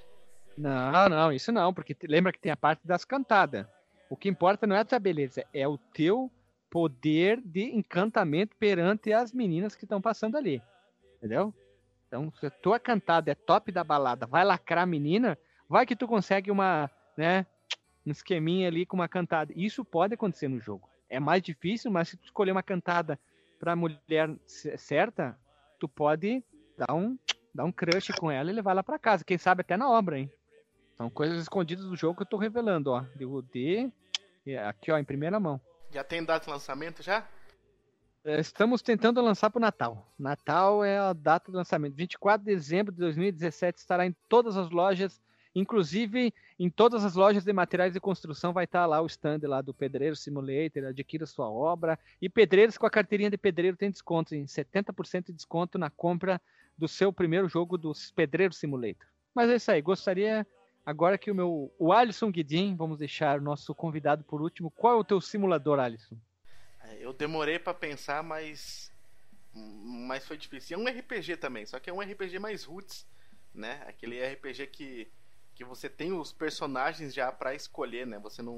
Não, isso não, porque lembra que tem a parte das cantadas. O que importa não é a tua beleza, é o teu poder de encantamento perante as meninas que estão passando ali. Entendeu? Então, se a tua cantada é top da balada, vai lacrar a menina, vai que tu consegue um esqueminha ali com uma cantada. Isso pode acontecer no jogo. É mais difícil, mas se tu escolher uma cantada pra mulher certa, tu pode dar um crush com ela e levar ela pra casa. Quem sabe até na obra, hein? São coisas escondidas do jogo que eu tô revelando, ó. Aqui, ó, em primeira mão. Já tem data de lançamento, já? Estamos tentando lançar pro Natal. Natal é a data do lançamento. 24 de dezembro de 2017 estará em todas as lojas, inclusive em todas as lojas de materiais de construção vai estar lá o stand lá do Pedreiro Simulator, adquira sua obra. E pedreiros com a carteirinha de pedreiro tem desconto, em 70% de desconto na compra do seu primeiro jogo do Pedreiro Simulator. Mas é isso aí, gostaria agora que o Alisson Guedin, vamos deixar o nosso convidado por último. Qual é o teu simulador, Alisson? Eu demorei pra pensar, mas foi difícil. É um RPG também, só que é um RPG mais roots, né? Aquele RPG que você tem os personagens já pra escolher, né? Você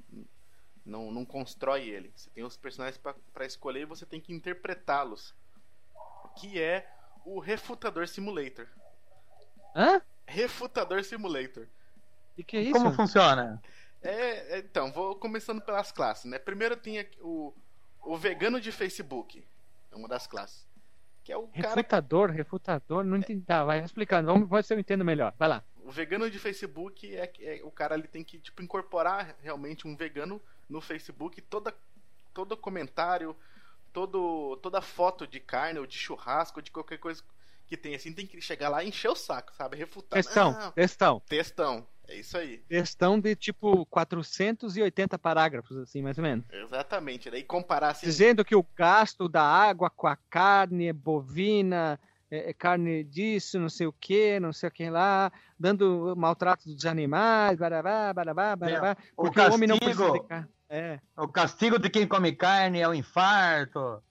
não constrói ele. Você tem os personagens pra escolher e você tem que interpretá-los. Que é o Refutador Simulator. Hã? Refutador Simulator. E que é isso? Como funciona? Então, vou começando pelas classes, né? Primeiro tem o vegano de Facebook. É uma das classes. Que é o Refutador, não entendi. Tá, vai explicando. Vamos ver se eu entendo melhor. Vai lá. O vegano de Facebook o cara ele tem que incorporar realmente um vegano no Facebook. Todo comentário, toda foto de carne ou de churrasco, de qualquer coisa que tem assim, tem que chegar lá e encher o saco, sabe? Refutar. Textão. É isso aí. Textão de tipo 480 parágrafos, assim, mais ou menos. Exatamente. Daí comparar assim... Dizendo que o gasto da água com a carne bovina, carne disso, não sei o que lá, dando maltrato dos animais, barabá. Porque o homem não precisa de carne. O castigo de quem come carne é o infarto.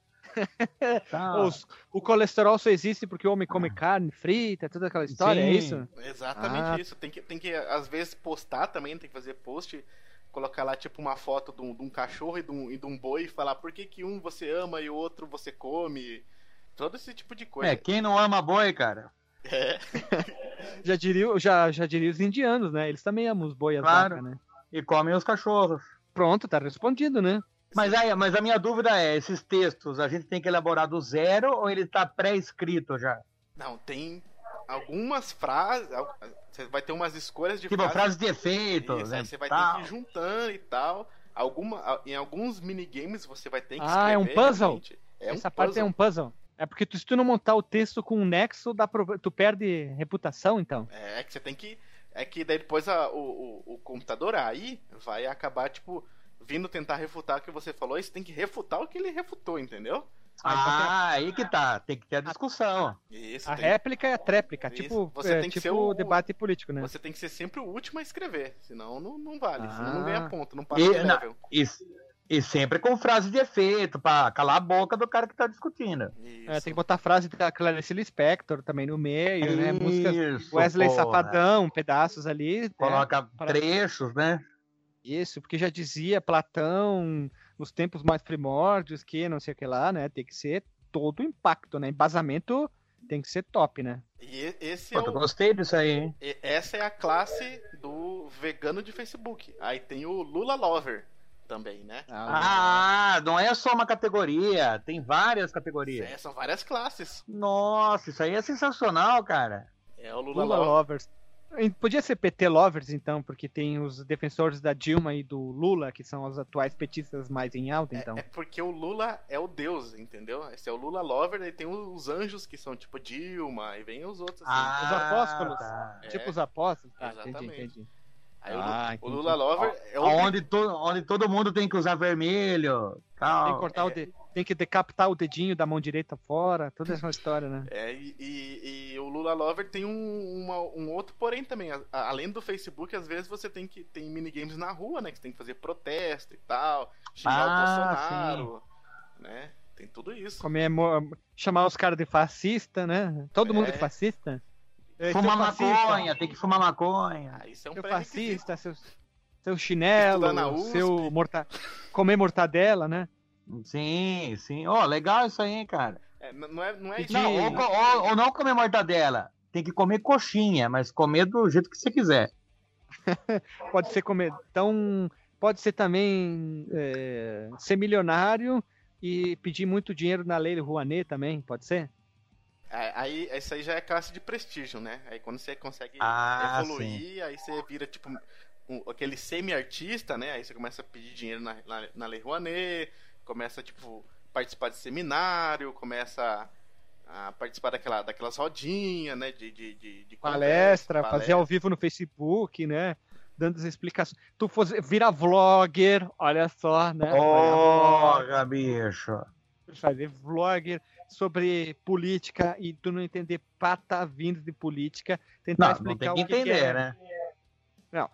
O colesterol só existe porque o homem come carne frita, toda aquela história. Sim. É isso? Exatamente isso. Tem que, às vezes, postar também, tem que fazer post, colocar lá, tipo, uma foto de um cachorro e de um boi e falar por que um você ama e o outro você come. Todo esse tipo de coisa. Quem não ama boi, cara? Já diria os indianos, né? Eles também amam os boi e as vacas, né? E comem os cachorros. Pronto, tá respondido, né? Mas a minha dúvida é, esses textos, a gente tem que elaborar do zero ou ele tá pré-escrito já? Não, tem algumas frases, você vai ter umas escolhas de frases de efeito. Isso, né? Você vai ter que ir juntando e tal. Em alguns minigames você vai ter que escrever. É um puzzle? Essa parte é um puzzle. É porque se tu não montar o texto com um nexo, tu perde reputação, então. É que você tem que... É que daí depois o computador aí vai acabar, tipo... vindo tentar refutar o que você falou, e você tem que refutar o que ele refutou, entendeu? Aí que tá, tem que ter a discussão. A réplica é a tréplica, tipo o debate político, né? Você tem que ser sempre o último a escrever, senão não vale, senão não ganha ponto, não passa de level. E sempre com frase de efeito, pra calar a boca do cara que tá discutindo. Tem que botar frase da Clarice Lispector também no meio, né? Músicas Wesley Safadão, pedaços ali. Coloca trechos, né? Isso, porque já dizia Platão nos tempos mais primórdios que não sei o que lá, né? Tem que ser todo o impacto, né? Embasamento tem que ser top, né? E esse Pô, eu gostei disso aí, hein? essa é a classe do vegano de Facebook. Aí tem o Lula Lover também, né? Ah, não é só uma categoria, tem várias categorias. São várias classes. Nossa, isso aí é sensacional, cara. É o Lula Lula Lover. Lovers. Podia ser PT Lovers, então, porque tem os defensores da Dilma e do Lula, que são os atuais petistas mais em alta, então. É porque o Lula é o deus, entendeu? Esse é o Lula Lover, aí tem os anjos que são tipo Dilma, e vem os outros assim. Os apóstolos. Tá. Tipo os apóstolos. Tá, Exatamente. entendi. Aí Ah, o entendi. Lula Lover é o Onde todo mundo tem que usar vermelho. Tem que, Tal. cortar tem que decapitar o dedinho da mão direita fora, toda essa história, né? E o Lula Lover tem um outro porém também. Além do Facebook, às vezes você tem minigames na rua, né? Que você tem que fazer protesto e tal, xingar o Bolsonaro, né? Tem tudo isso. Chamar os caras de fascista, né? Todo mundo de fascista. Fumar Seu maconha, tem que fumar maconha. Isso é um Seu pré-requisito. fascista, seu chinelo, Estudar na USP. comer mortadela, né? Sim. Ó, legal isso aí, hein, cara. Não é isso. Não, ou não comer mortadela. Tem que comer coxinha, mas comer do jeito que você quiser. Pode ser comer. Então, pode ser também ser milionário e pedir muito dinheiro na Lei Rouanet também, pode ser? Aí, isso aí já é classe de prestígio, né? Aí quando você consegue evoluir, aí você vira tipo aquele semi-artista, né? Aí você começa a pedir dinheiro na Lei Rouanet, começa tipo participar de seminário, começa a participar daquelas rodinhas, né? De palestra, fazer ao vivo no Facebook, né? Dando as explicações. Tu vira vlogger, olha só, né? Porra, bicho. Fazer vlogger sobre política e tu não entender pata vindo de política, tentar explicar não tem que entender, é. né? Não,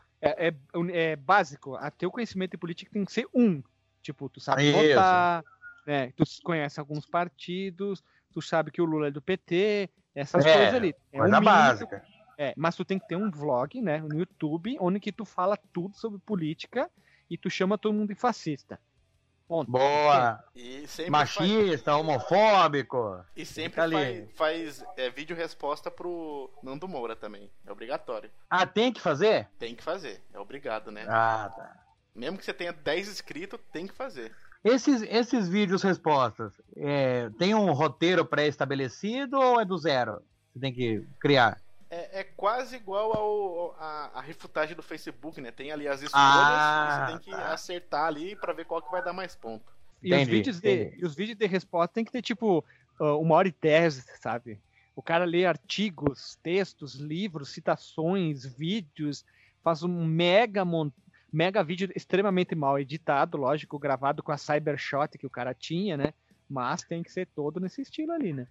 é básico. A teu conhecimento de política tem que ser tipo, tu sabe Isso. votar, né? Tu conhece alguns partidos, tu sabe que o Lula é do PT, essas coisas ali. Coisa básica. Mas tu tem que ter um vlog, né, no YouTube, onde que tu fala tudo sobre política e tu chama todo mundo de fascista. Ponto. Boa. E sempre machista, homofóbico. E sempre faz vídeo resposta pro Nando Moura também. É obrigatório. Ah, tem que fazer? Tem que fazer. É obrigado, né? Ah, tá. Mesmo que você tenha 10 inscritos, tem que fazer. Esses vídeos respostas, tem um roteiro pré-estabelecido ou é do zero? Você tem que criar? É quase igual a refutagem do Facebook, né? Tem ali as escolhas, você tem que acertar ali pra ver qual que vai dar mais ponto. E os vídeos de resposta tem que ter, tipo, 1h10, sabe? O cara lê artigos, textos, livros, citações, vídeos, faz um mega vídeo extremamente mal editado, lógico, gravado com a Cybershot que o cara tinha, né? Mas tem que ser todo nesse estilo ali, né?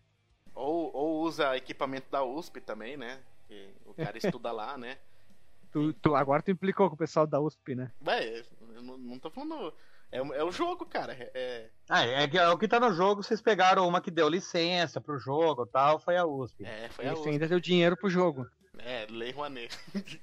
Ou usa equipamento da USP também, né? Que o cara estuda lá, né? Agora tu implicou com o pessoal da USP, né? Eu não tô falando... É o jogo, cara. É o que tá no jogo, vocês pegaram uma que deu licença pro jogo e tal, foi a USP. Foi a USP. Ainda deu dinheiro pro jogo. Lei Rouanet.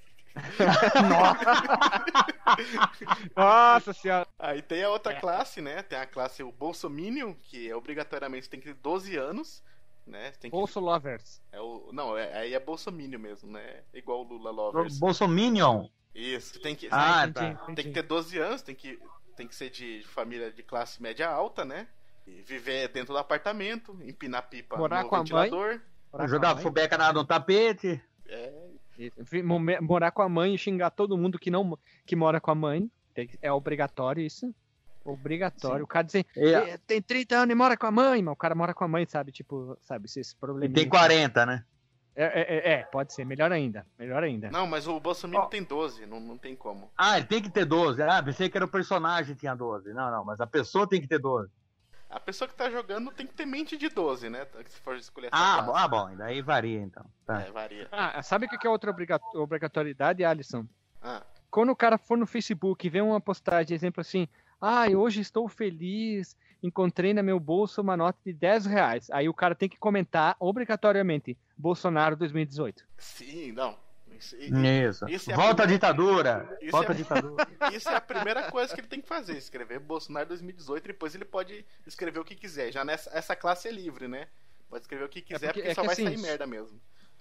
Nossa senhora. Aí tem a outra classe, né? Tem a classe o Bolsominion, que obrigatoriamente tem que ter 12 anos, né? Bolsolovers. Aí é Bolsominion mesmo, né? Igual o Lula Lovers. Bolsominion? Isso, tem que entendi. ter 12 anos, tem que ser de família de classe média alta, né? E viver dentro do apartamento, empinar pipa morar no com ventilador. Jogar fubeca no tapete. Morar com a mãe e xingar todo mundo que mora com a mãe. É obrigatório isso. Obrigatório. Sim. O cara dizer, tem 30 anos e mora com a mãe, mas o cara mora com a mãe, sabe? Tipo, sabe, esses probleminha. E tem 40, né? Pode ser. Melhor ainda. Não, mas o Bolsonaro tem 12, não tem como. Ah, ele tem que ter 12. Ah, pensei que era o personagem que tinha 12. Não, mas a pessoa tem que ter 12. A pessoa que tá jogando tem que ter mente de 12, né? Se for escolher essa classe. Bom, daí varia então. Tá. Varia. Sabe o que é outra obrigatoriedade, Alisson? Quando o cara for no Facebook e vê uma postagem, exemplo assim, hoje estou feliz, encontrei no meu bolso uma nota de R$10. Aí o cara tem que comentar obrigatoriamente Bolsonaro 2018. Sim, não. Isso. Volta à ditadura. Volta à ditadura. Isso é a primeira coisa que ele tem que fazer, escrever Bolsonaro 2018, depois ele pode escrever o que quiser. Já essa classe é livre, né? Pode escrever o que quiser, porque só vai sair merda mesmo.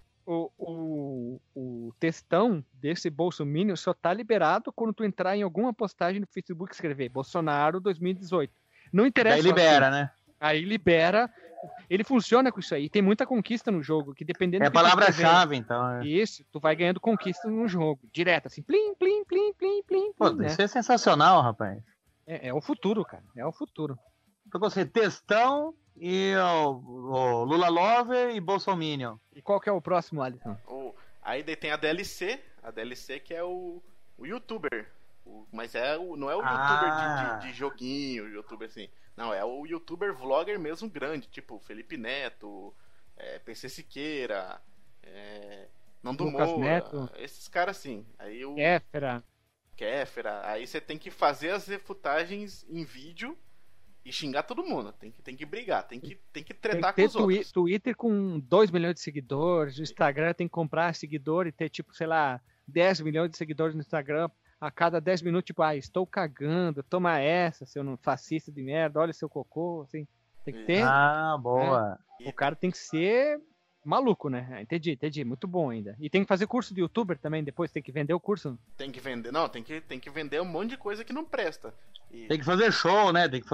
O textão desse Bolsominion só tá liberado quando tu entrar em alguma postagem no Facebook e escrever Bolsonaro 2018. Não interessa. Aí libera, né? Aí libera. Ele funciona com isso aí. Tem muita conquista no jogo, que dependendo... É a palavra-chave, então. Isso, tu vai ganhando conquista no jogo. Direto, assim. Plim, plim, plim, plim, plim. Pô, né? Isso é sensacional, rapaz. É o futuro, cara. É o futuro. Então você, textão e o Lula Lover e Bolsominion. E qual que é o próximo, Alisson? Aí tem a DLC que é o YouTuber. Mas não é o YouTuber de joguinho, YouTuber assim. Não, é o YouTuber vlogger mesmo grande, tipo Felipe Neto, PC Siqueira, Nando Lucas Moura, Neto. Esses caras assim. Aí o Kéfera. Aí você tem que fazer as refutagens em vídeo e xingar todo mundo. Tem que brigar, tem que tretar com os outros. Twitter com 2 milhões de seguidores, o Instagram tem que comprar seguidor e ter, tipo, sei lá, 10 milhões de seguidores no Instagram. A cada 10 minutos, tipo, estou cagando, toma essa, seu fascista de merda, olha seu cocô, assim. Tem que ter. Boa. Né? O cara tem que ser maluco, né? Entendi. Muito bom ainda. E tem que fazer curso de youtuber também, depois tem que vender o curso. Tem que vender, tem que vender um monte de coisa que não presta. Tem que fazer show, né? Tem que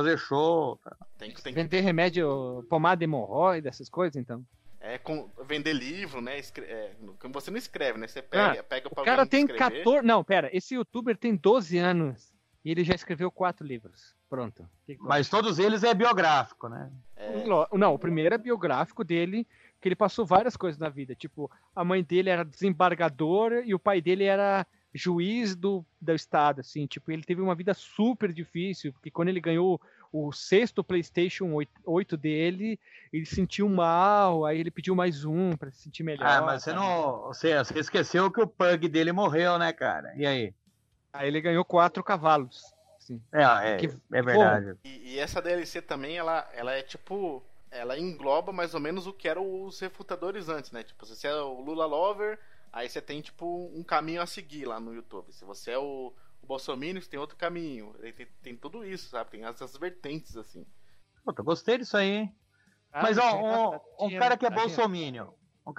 vender remédio, pomada hemorroida, essas coisas, então. Vender livro, né? Você não escreve, né? Você pega o cara tem 14... Não, pera. Esse youtuber tem 12 anos e ele já escreveu 4 livros. Pronto. Mas todos eles é biográfico, né? Não, o primeiro é biográfico dele, que ele passou várias coisas na vida. Tipo, a mãe dele era desembargadora e o pai dele era juiz do estado, assim. Tipo, ele teve uma vida super difícil, porque quando ele ganhou o 6º PlayStation 8 dele, ele sentiu mal, aí ele pediu mais um pra se sentir melhor. Mas você esqueceu que o pug dele morreu, né, cara? E aí? Aí ele ganhou 4 cavalos. Assim. É verdade. E essa DLC também, ela é tipo... Ela engloba mais ou menos o que eram os refutadores antes, né? Tipo, se você é o Lula Lover, aí você tem, tipo, um caminho a seguir lá no YouTube. Se você é o Bolsominion, você tem outro caminho. Tem tudo isso, sabe? Tem essas vertentes, assim. Puta, gostei disso aí, hein? Mas, um cara que é Bolsominion,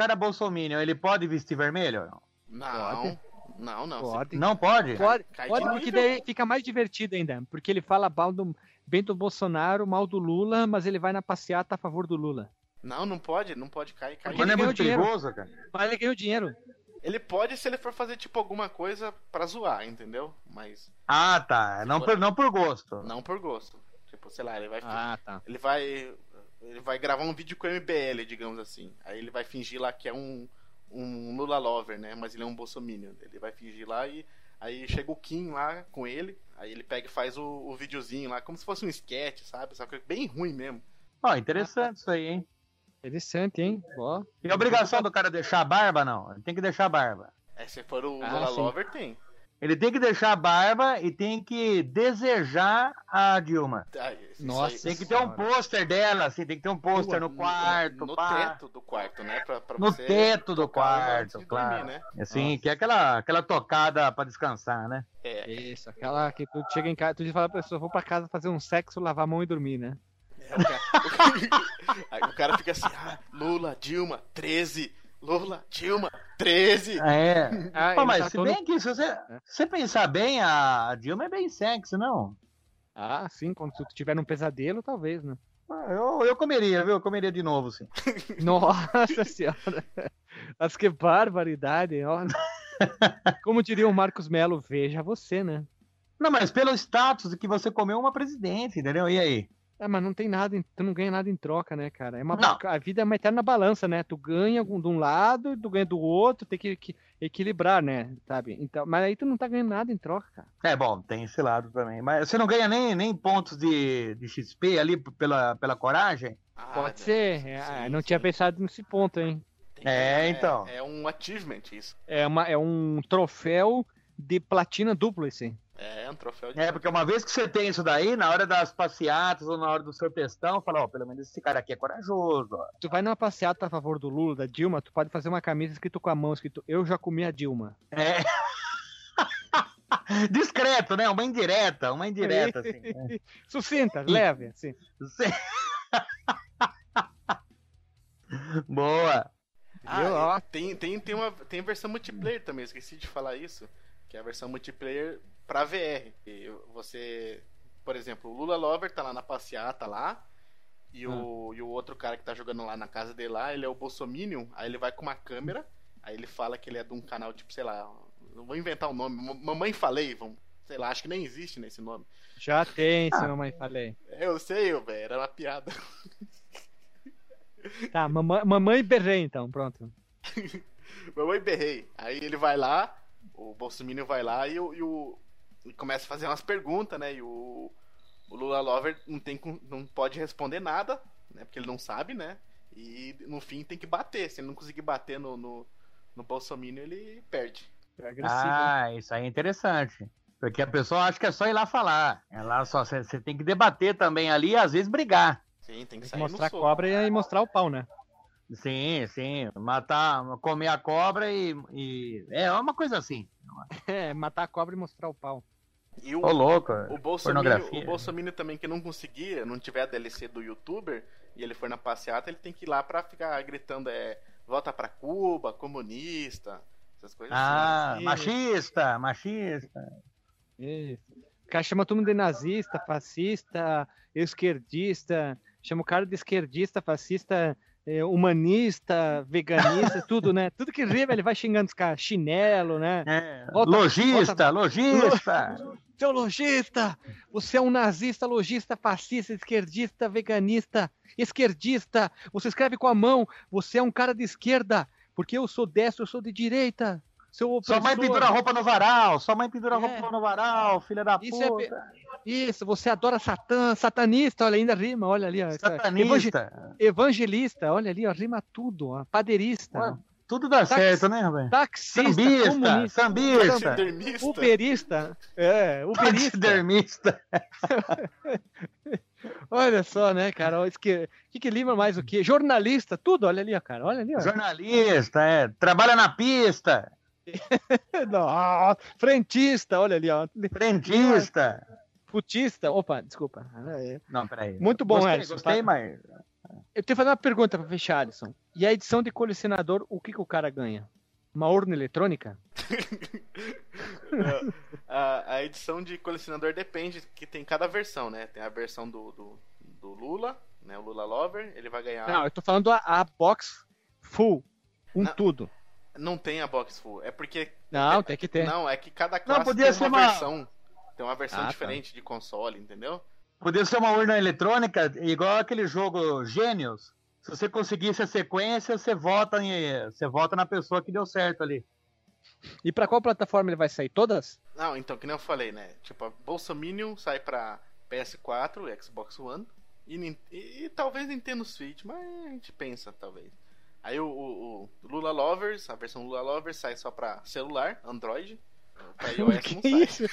ele pode vestir vermelho? Não. Pode. Não pode? Pode, porque daí fica mais divertido ainda. Porque ele fala bem do Bolsonaro, mal do Lula, mas ele vai na passeata a favor do Lula. Não pode cair. Mas não é muito perigoso, cara? Mas ele ganhou dinheiro. Ele pode se ele for fazer, tipo, alguma coisa pra zoar, entendeu? Mas... tá. Não por gosto. Não por gosto. Tipo, sei lá, ele vai... tá. Ele vai gravar um vídeo com o MBL, digamos assim. Aí ele vai fingir lá que é um Lula Lover, né? Mas ele é um Bolsominion. Ele vai fingir lá e... Aí chega o Kim lá com ele. Aí ele pega e faz o videozinho lá, como se fosse um sketch, sabe? Só que bem ruim mesmo. Interessante isso aí, hein? Interessante, hein? E a obrigação do cara deixar a barba, não? Ele tem que deixar a barba. Se for o Lula Lover, tem. Ele tem que deixar a barba e tem que desejar a Dilma. Nossa, tem que ter um pôster dela, assim, tem que ter um pôster no quarto. No teto do quarto, né? Pra no teto do quarto, claro. Dormir, né? Assim, que é aquela tocada pra descansar, né? Isso, aquela que tu chega em casa, tu fala pra pessoa, vou pra casa fazer um sexo, lavar a mão e dormir, né? Aí o cara fica assim, Lula, Dilma, 13. Lula, Dilma, 13. Mas se bem que se você pensar bem, a Dilma é bem sexy, não? Sim, quando tu tiver num pesadelo, talvez, né? Eu comeria, viu? Eu comeria de novo, sim. Nossa senhora. Mas que barbaridade. Como diria o Marcos Melo, veja você, né? Não, mas pelo status de que você comeu uma presidência, entendeu? E aí? Mas não tem nada, tu não ganha nada em troca, né, cara? A vida é uma eterna balança, né? Tu ganha de um lado, tu ganha do outro, tem que equilibrar, né? Sabe? Então, mas aí tu não tá ganhando nada em troca, cara. Bom, tem esse lado também. Mas você não ganha nem pontos de XP ali pela coragem? Pode ser. Não tinha pensado nesse ponto, hein? Então. É um achievement isso. É um troféu de platina duplo, esse. É um troféu de... É, porque uma vez que você tem isso daí, na hora das passeatas ou na hora do seu textão, fala, ó, pelo menos esse cara aqui é corajoso, ó. Tu vai numa passeata a favor do Lula, da Dilma, tu pode fazer uma camisa escrito com a mão, escrito eu já comi a Dilma. É. Discreto, né? Uma indireta, assim. Né? Sucinta, leve, assim. Boa. Tem versão multiplayer também, esqueci de falar isso. Que é a versão multiplayer pra VR. E você, por exemplo, o Lula Lover tá lá na passeata lá. E o outro cara que tá jogando lá na casa dele lá, ele é o Bolsominion. Aí ele vai com uma câmera. Aí ele fala que ele é de um canal, tipo, sei lá, não vou inventar o nome. Mamãe Falei, sei lá, acho que nem existe nesse nome. Já tem, se Mamãe Falei. Eu sei, velho, era uma piada. Tá, mamãe berrei então, pronto. Mamãe berrei. Aí ele vai lá, o Bolsominion vai lá e começa a fazer umas perguntas, né? E o Lula Lover não pode responder nada, né? Porque ele não sabe, né? E no fim tem que bater. Se ele não conseguir bater no Bolsominion, ele perde. É agressivo. Isso aí é interessante. Porque a pessoa acha que é só ir lá falar. Você tem que debater também ali e às vezes brigar. Sim, tem que sair mostrar a cobra e mostrar o pau, né? Sim. Comer a cobra e é uma coisa assim. É, matar a cobra e mostrar o pau. E louco, o Bolsominion também, que não conseguia, não tiver a DLC do youtuber, e ele for na passeata, ele tem que ir lá pra ficar gritando, volta pra Cuba, comunista, essas coisas assim. Machista. Isso. O cara chama todo mundo de nazista, fascista, esquerdista, chama o cara de esquerdista, fascista, humanista, veganista, tudo, né? Tudo que rima, ele vai xingando os caras, chinelo, né? Logista! Seu lojista! Você é um nazista, lojista, fascista, esquerdista, veganista, esquerdista! Você escreve com a mão, você é um cara de esquerda, porque eu sou destro, eu sou de direita. Sua mãe pendura roupa no varal, filha da puta. Isso, você adora Satã, satanista, olha, ainda rima, olha ali. Ó, satanista. Evangelista, olha ali, ó, rima tudo, ó, padeirista. Ó. Tudo dá certo, né, velho? Taxista, sambista, uberista. Taxidermista. Olha só, né, cara? O que lima mais o quê? Jornalista, tudo, olha ali, ó, cara, olha ali, ó. Jornalista, trabalha na pista. Não, frentista, olha ali, ó. Frentista. Futista, opa, desculpa. Não, peraí. Muito bom, gostei, mas... Eu tenho que fazer uma pergunta pra fechar, Alisson. E a edição de colecionador, o que o cara ganha? Uma urna eletrônica? A edição de colecionador depende, que tem cada versão, né? Tem a versão do Lula, né? O Lula Lover, ele vai ganhar... Não, eu tô falando a box full, tudo. Não tem a box full, é porque... Não, tem que ter. Não, é que cada classe tem uma versão. Tem uma versão diferente de console, entendeu? Podia ser uma urna eletrônica, igual aquele jogo Gênios. Se você conseguisse a sequência, você vota na pessoa que deu certo ali. E pra qual plataforma ele vai sair? Todas? Não, então, que nem eu falei, né? Tipo, a Bolsominion sai pra PS4, Xbox One e talvez Nintendo Switch, mas a gente pensa, talvez. Aí o Lula Lovers, a versão Lula Lovers sai só pra celular, Android. Pra iOS não sai. Isso?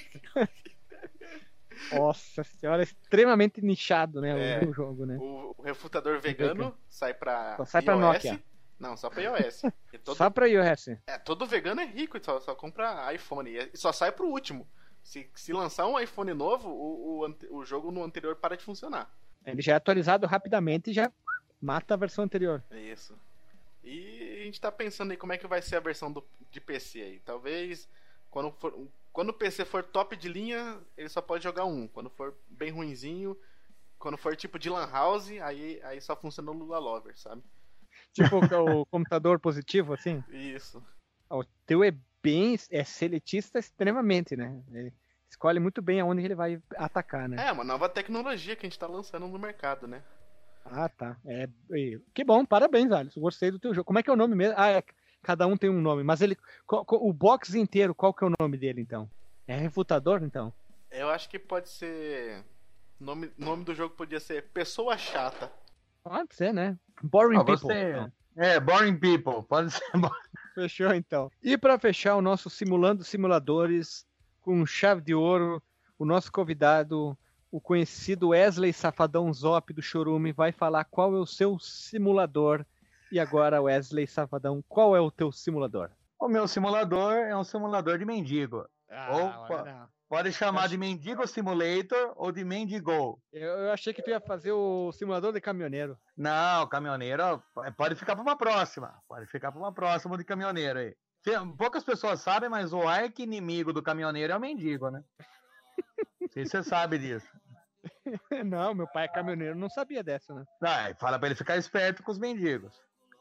Nossa senhora, é extremamente nichado, né? O jogo, né? O refutador vegano sai pra só sai pra Nokia. Não, só pra iOS. Só pra iOS. Todo vegano é rico e só compra iPhone. E só sai pro último. Se lançar um iPhone novo, o jogo no anterior para de funcionar. Ele já é atualizado rapidamente e já mata a versão anterior. Isso. E a gente tá pensando aí como é que vai ser a versão de PC aí. Talvez quando o PC for top de linha, ele só pode jogar um. Quando for bem ruinzinho, quando for tipo de Lan House, aí só funciona o Lula Lover, sabe? Tipo o computador positivo, assim? Isso. O teu é seletista extremamente, né? Ele escolhe muito bem aonde ele vai atacar, né? É, uma nova tecnologia que a gente tá lançando no mercado, né? Ah, tá. Que bom, parabéns, Alisson. Gostei do teu jogo. Como é que é o nome mesmo? Cada um tem um nome, mas o box inteiro, qual que é o nome dele, então? É refutador, então? Eu acho que pode ser... Nome do jogo podia ser Pessoa Chata. Pode ser, né? Boring People. Então. Boring People. Pode ser. Fechou, então. E pra fechar o nosso Simulando Simuladores, com chave de ouro, o nosso convidado, o conhecido Wesley Safadão Zop do Chorume, vai falar qual é o seu simulador. E agora, Wesley Safadão, qual é o teu simulador? O meu simulador é um simulador de mendigo. Não. Pode chamar de Mendigo Simulator ou de Mendigo. Eu achei que tu ia fazer o simulador de caminhoneiro. Não, caminhoneiro pode ficar para uma próxima. Pode ficar para uma próxima de caminhoneiro aí. Poucas pessoas sabem, mas o arqui-inimigo do caminhoneiro é o mendigo, né? Não sei se você sabe disso. Não, meu pai é caminhoneiro, não sabia dessa, né? Fala para ele ficar esperto com os mendigos.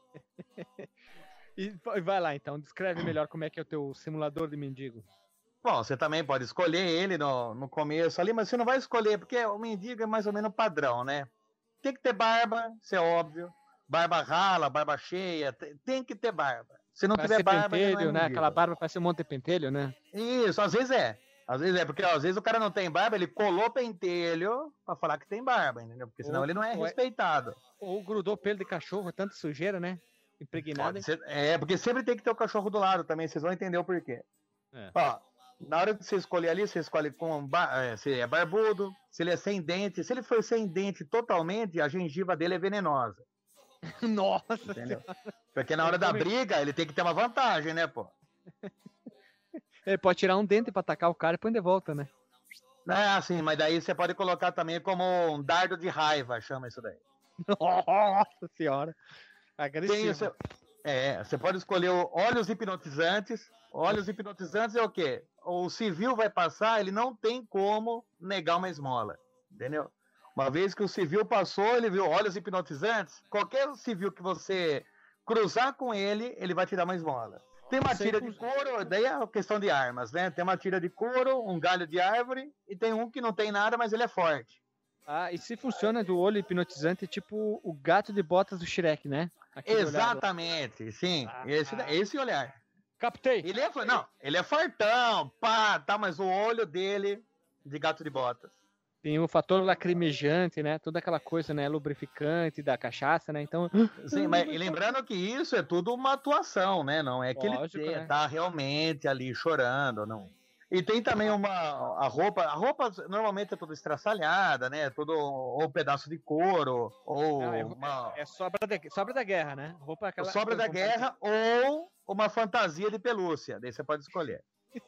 E vai lá então, descreve melhor como é que é o teu simulador de mendigo. Bom, você também pode escolher ele no começo ali, mas você não vai escolher, porque o mendigo é mais ou menos padrão, né? Tem que ter barba, isso é óbvio. Barba rala, barba cheia, tem que ter barba. Se não tiver barba, pentelho, não é né? mendigo. Aquela barba parece um monte de pentelho, né? Isso, às vezes é. Porque às vezes o cara não tem barba, ele colou pentelho pra falar que tem barba, entendeu? Porque senão ele não é respeitado. Ou grudou pelo de cachorro, tanta sujeira, né? Impregnada. Porque sempre tem que ter o cachorro do lado também, vocês vão entender o porquê. Ó, na hora que você escolher ali, você escolhe se ele é barbudo, se ele é sem dente. Se ele for sem dente totalmente, a gengiva dele é venenosa. Nossa Entendeu? Porque na hora da briga, ele tem que ter uma vantagem, né, pô? Ele pode tirar um dente pra atacar o cara e põe de volta, né? Sim, mas daí você pode colocar também como um dardo de raiva, chama isso daí. Nossa senhora. Agressivo. Você pode escolher óleos hipnotizantes. Óleos hipnotizantes é o quê? O civil vai passar, ele não tem como negar uma esmola, entendeu? Uma vez que o civil passou, ele viu óleos hipnotizantes, qualquer civil que você cruzar com ele, ele vai te dar uma esmola. Tem uma tira de couro, daí é questão de armas, né? Tem uma tira de couro, um galho de árvore, e tem um que não tem nada, mas ele é forte. E se funciona do olho hipnotizante, tipo o gato de botas do Shrek, né? Exatamente, olhar. Sim, esse olhar. Captei. Ele é fortão, mas o olho dele de gato de botas. Tem o fator lacrimejante, né? Toda aquela coisa, né? Lubrificante da cachaça, né? Então. Sim, mas lembrando que isso é tudo uma atuação, né? Não é que lógico, ele né? tá realmente ali chorando, não. E tem também a roupa normalmente é toda estraçalhada, né? Todo ou pedaço de couro, ou sobra da guerra, né? Roupa aquela sobra da guerra ou uma fantasia de pelúcia, daí você pode escolher.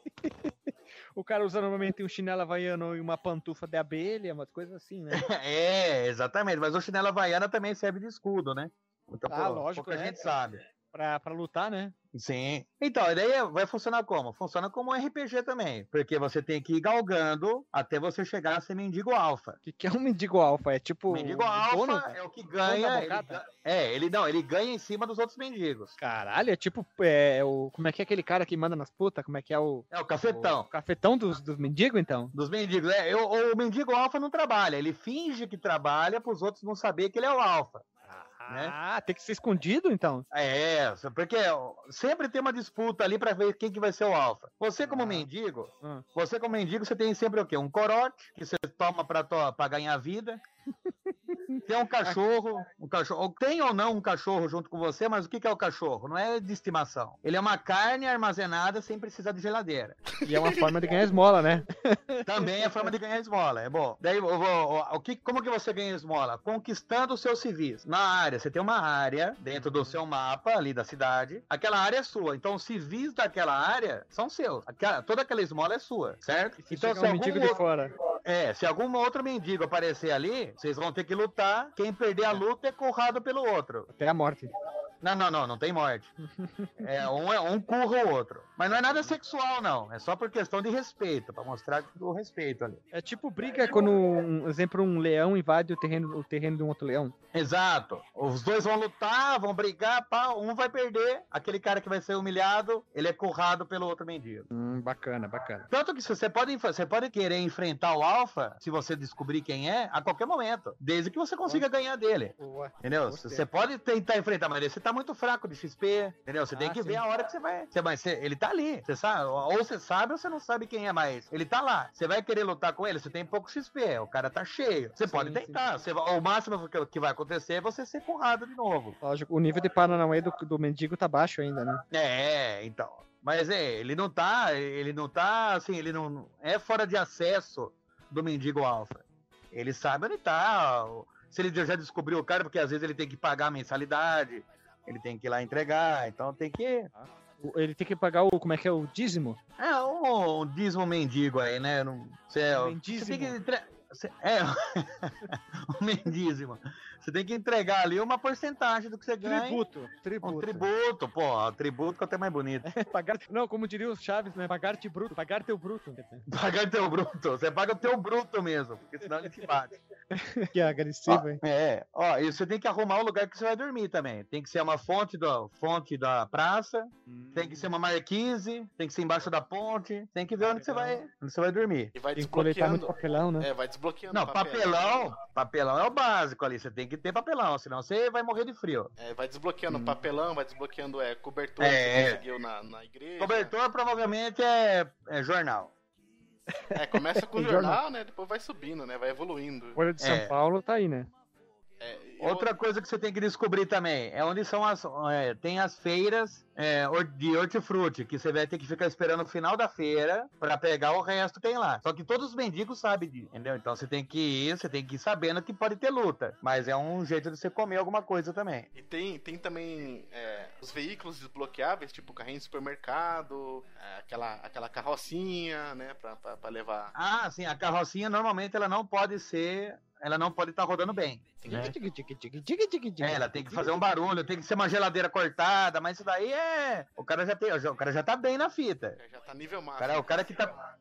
O cara usa normalmente um chinelo havaiano e uma pantufa de abelha, umas coisas assim, né? Exatamente, mas o chinelo havaiana também serve de escudo, né? Então, lógico, a gente sabe. Pra lutar, né? Sim. Então, a ideia vai funcionar como? Funciona como um RPG também. Porque você tem que ir galgando até você chegar a ser mendigo alfa. O que é um mendigo alfa? É tipo. Mendigo alfa é o que ganha. Ele ganha em cima dos outros mendigos. Caralho, é tipo. Como é que é aquele cara que manda nas putas? Como é que é o. É o cafetão. O cafetão dos mendigos, então? Dos mendigos. O mendigo alfa não trabalha. Ele finge que trabalha para os outros não saber que ele é o alfa. Né? Tem que ser escondido, então? Porque sempre tem uma disputa ali pra ver quem que vai ser o alfa. Você como mendigo, você tem sempre o quê? Um corote, que você toma pra ganhar vida. Tem um cachorro, tem ou não um cachorro junto com você, mas o que é o cachorro? Não é de estimação. Ele é uma carne armazenada sem precisar de geladeira. E é uma forma de ganhar esmola, né? Também é forma de ganhar esmola, é bom. Daí, como que você ganha esmola? Conquistando os seus civis. Na área, você tem uma área dentro do seu mapa ali da cidade. Aquela área é sua. Então, os civis daquela área são seus. Toda aquela esmola é sua, certo? Então, se mendigo de fora. Se algum outro mendigo aparecer ali, vocês vão ter que lutar. Quem perder a luta é currado pelo outro. Até a morte. Não tem morte. Um curra o outro. Mas não é nada sexual, não. É só por questão de respeito, pra mostrar o respeito ali. É tipo briga quando, um leão invade o terreno de um outro leão. Exato. Os dois vão lutar, vão brigar, um vai perder. Aquele cara que vai ser humilhado, ele é currado pelo outro mendigo. Bacana. Tanto que você pode querer enfrentar o alfa, se você descobrir quem é, a qualquer momento. Desde que você consiga ganhar dele. Boa. Entendeu? Você pode tentar enfrentar, mas você tá muito fraco de XP, entendeu? Você tem que ver a hora que você vai. Ele tá ali, você sabe? Ou você sabe ou você não sabe quem é mais. Ele tá lá. Você vai querer lutar com ele, você tem pouco XP, o cara tá cheio. Você pode tentar. O máximo que vai acontecer é você ser currado de novo. Lógico, o nível de Paranauê do mendigo tá baixo ainda, né? Então. Mas ele não tá, assim, ele não é fora de acesso do mendigo alfa. Ele sabe onde tá, se ele já descobriu o cara, porque às vezes ele tem que pagar a mensalidade, ele tem que ir lá entregar, então tem que... Ele tem que pagar como é que é, o dízimo? É, um dízimo mendigo aí, né? Você tem que um mendízimo. Você tem que entregar ali uma porcentagem do que você ganha. Tributo. Um tributo, pô. Tributo que é até mais bonito. Não, como diria os Chaves, né? Pagar-te bruto. Pagar teu bruto. Pagar teu bruto. Você paga o teu bruto mesmo, porque senão ele te bate. Que agressivo, hein? E você tem que arrumar o lugar que você vai dormir também. Tem que ser uma fonte da praça, tem que ser uma marquise, tem que ser embaixo da ponte, tem que ver onde você vai dormir. E vai Tem que coletar muito desbloqueando. papelão, né? Vai desbloqueando. Não, papelão é o básico ali. Você tem que ter papelão, senão você vai morrer de frio. Vai desbloqueando papelão, vai desbloqueando cobertor que você conseguiu na igreja. Cobertor provavelmente é jornal. Começa com jornal, né? Depois vai subindo, né? Vai evoluindo. Folha de São Paulo tá aí, né? Outra coisa que você tem que descobrir também é onde são tem as feiras de hortifruti, que você vai ter que ficar esperando o final da feira pra pegar o resto que tem lá. Só que todos os mendigos sabem disso, entendeu? Então você tem que ir sabendo que pode ter luta, mas é um jeito de você comer alguma coisa também. E tem também os veículos desbloqueáveis, tipo carrinho de supermercado, aquela carrocinha, né, pra levar. Ah, sim, a carrocinha normalmente ela não pode estar rodando bem. Né? Ela tem que fazer um barulho, tem que ser uma geladeira cortada, mas isso daí o cara já tá bem na fita. Já tá nível máximo. O cara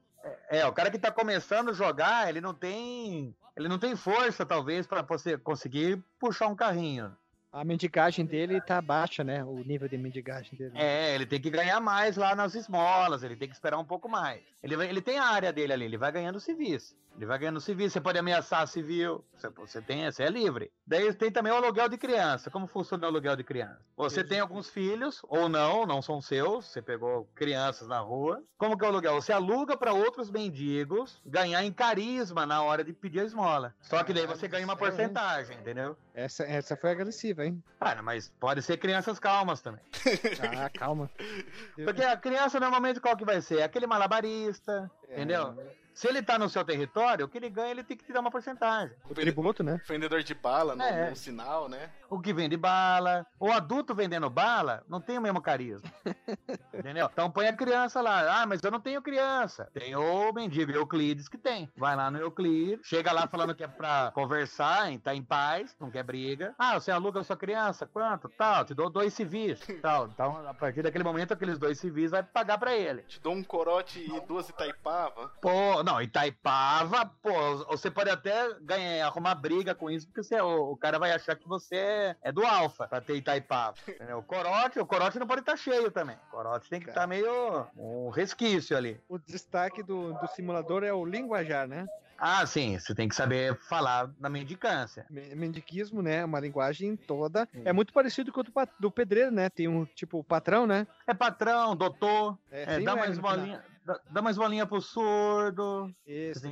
que tá começando a jogar, ele não tem força, talvez, pra você conseguir puxar um carrinho. A mendigagem dele tá baixa, né? O nível de mendigagem dele. Ele tem que ganhar mais lá nas esmolas, ele tem que esperar um pouco mais. Ele tem a área dele ali, ele vai ganhando civis. Você pode ameaçar civil, você é livre. Daí tem também o aluguel de criança. Como funciona o aluguel de criança? Você tem alguns filhos, ou não são seus, você pegou crianças na rua. Como que é o aluguel? Você aluga para outros mendigos ganhar em carisma na hora de pedir a esmola. Só que daí você ganha uma porcentagem, entendeu? Essa foi agressiva, hein? Mas pode ser crianças calmas também. Calma. Porque a criança normalmente qual que vai ser? Aquele malabarista, entendeu? Se ele tá no seu território, o que ele ganha, ele tem que te dar uma porcentagem. O tributo, né? Vendedor de bala no sinal, né? O que vende bala. O adulto vendendo bala não tem o mesmo carisma. Entendeu? Então põe a criança lá. Mas eu não tenho criança. Tem o mendigo Euclides que tem. Vai lá no Euclides, chega lá falando que é pra conversar, tá em paz, não quer briga. Você aluga a sua criança? Quanto? Tal, te dou 2 civis. Tal. Então, a partir daquele momento, aqueles 2 civis vai pagar pra ele. Te dou um corote e 2 Itaipava. Não, Itaipava, você pode até arrumar briga com isso, porque o cara vai achar que você é do Alfa pra ter Itaipava. Entendeu? O corote não pode estar cheio também. O corote tem que estar meio um resquício ali. O destaque do simulador é o linguajar, né? Sim, você tem que saber falar da mendicância. Mendiquismo, né? Uma linguagem toda. É muito parecido com o do pedreiro, né? Tem um tipo patrão, né? É patrão, doutor, dá mais bolinha. Dá mais bolinha pro surdo. Isso.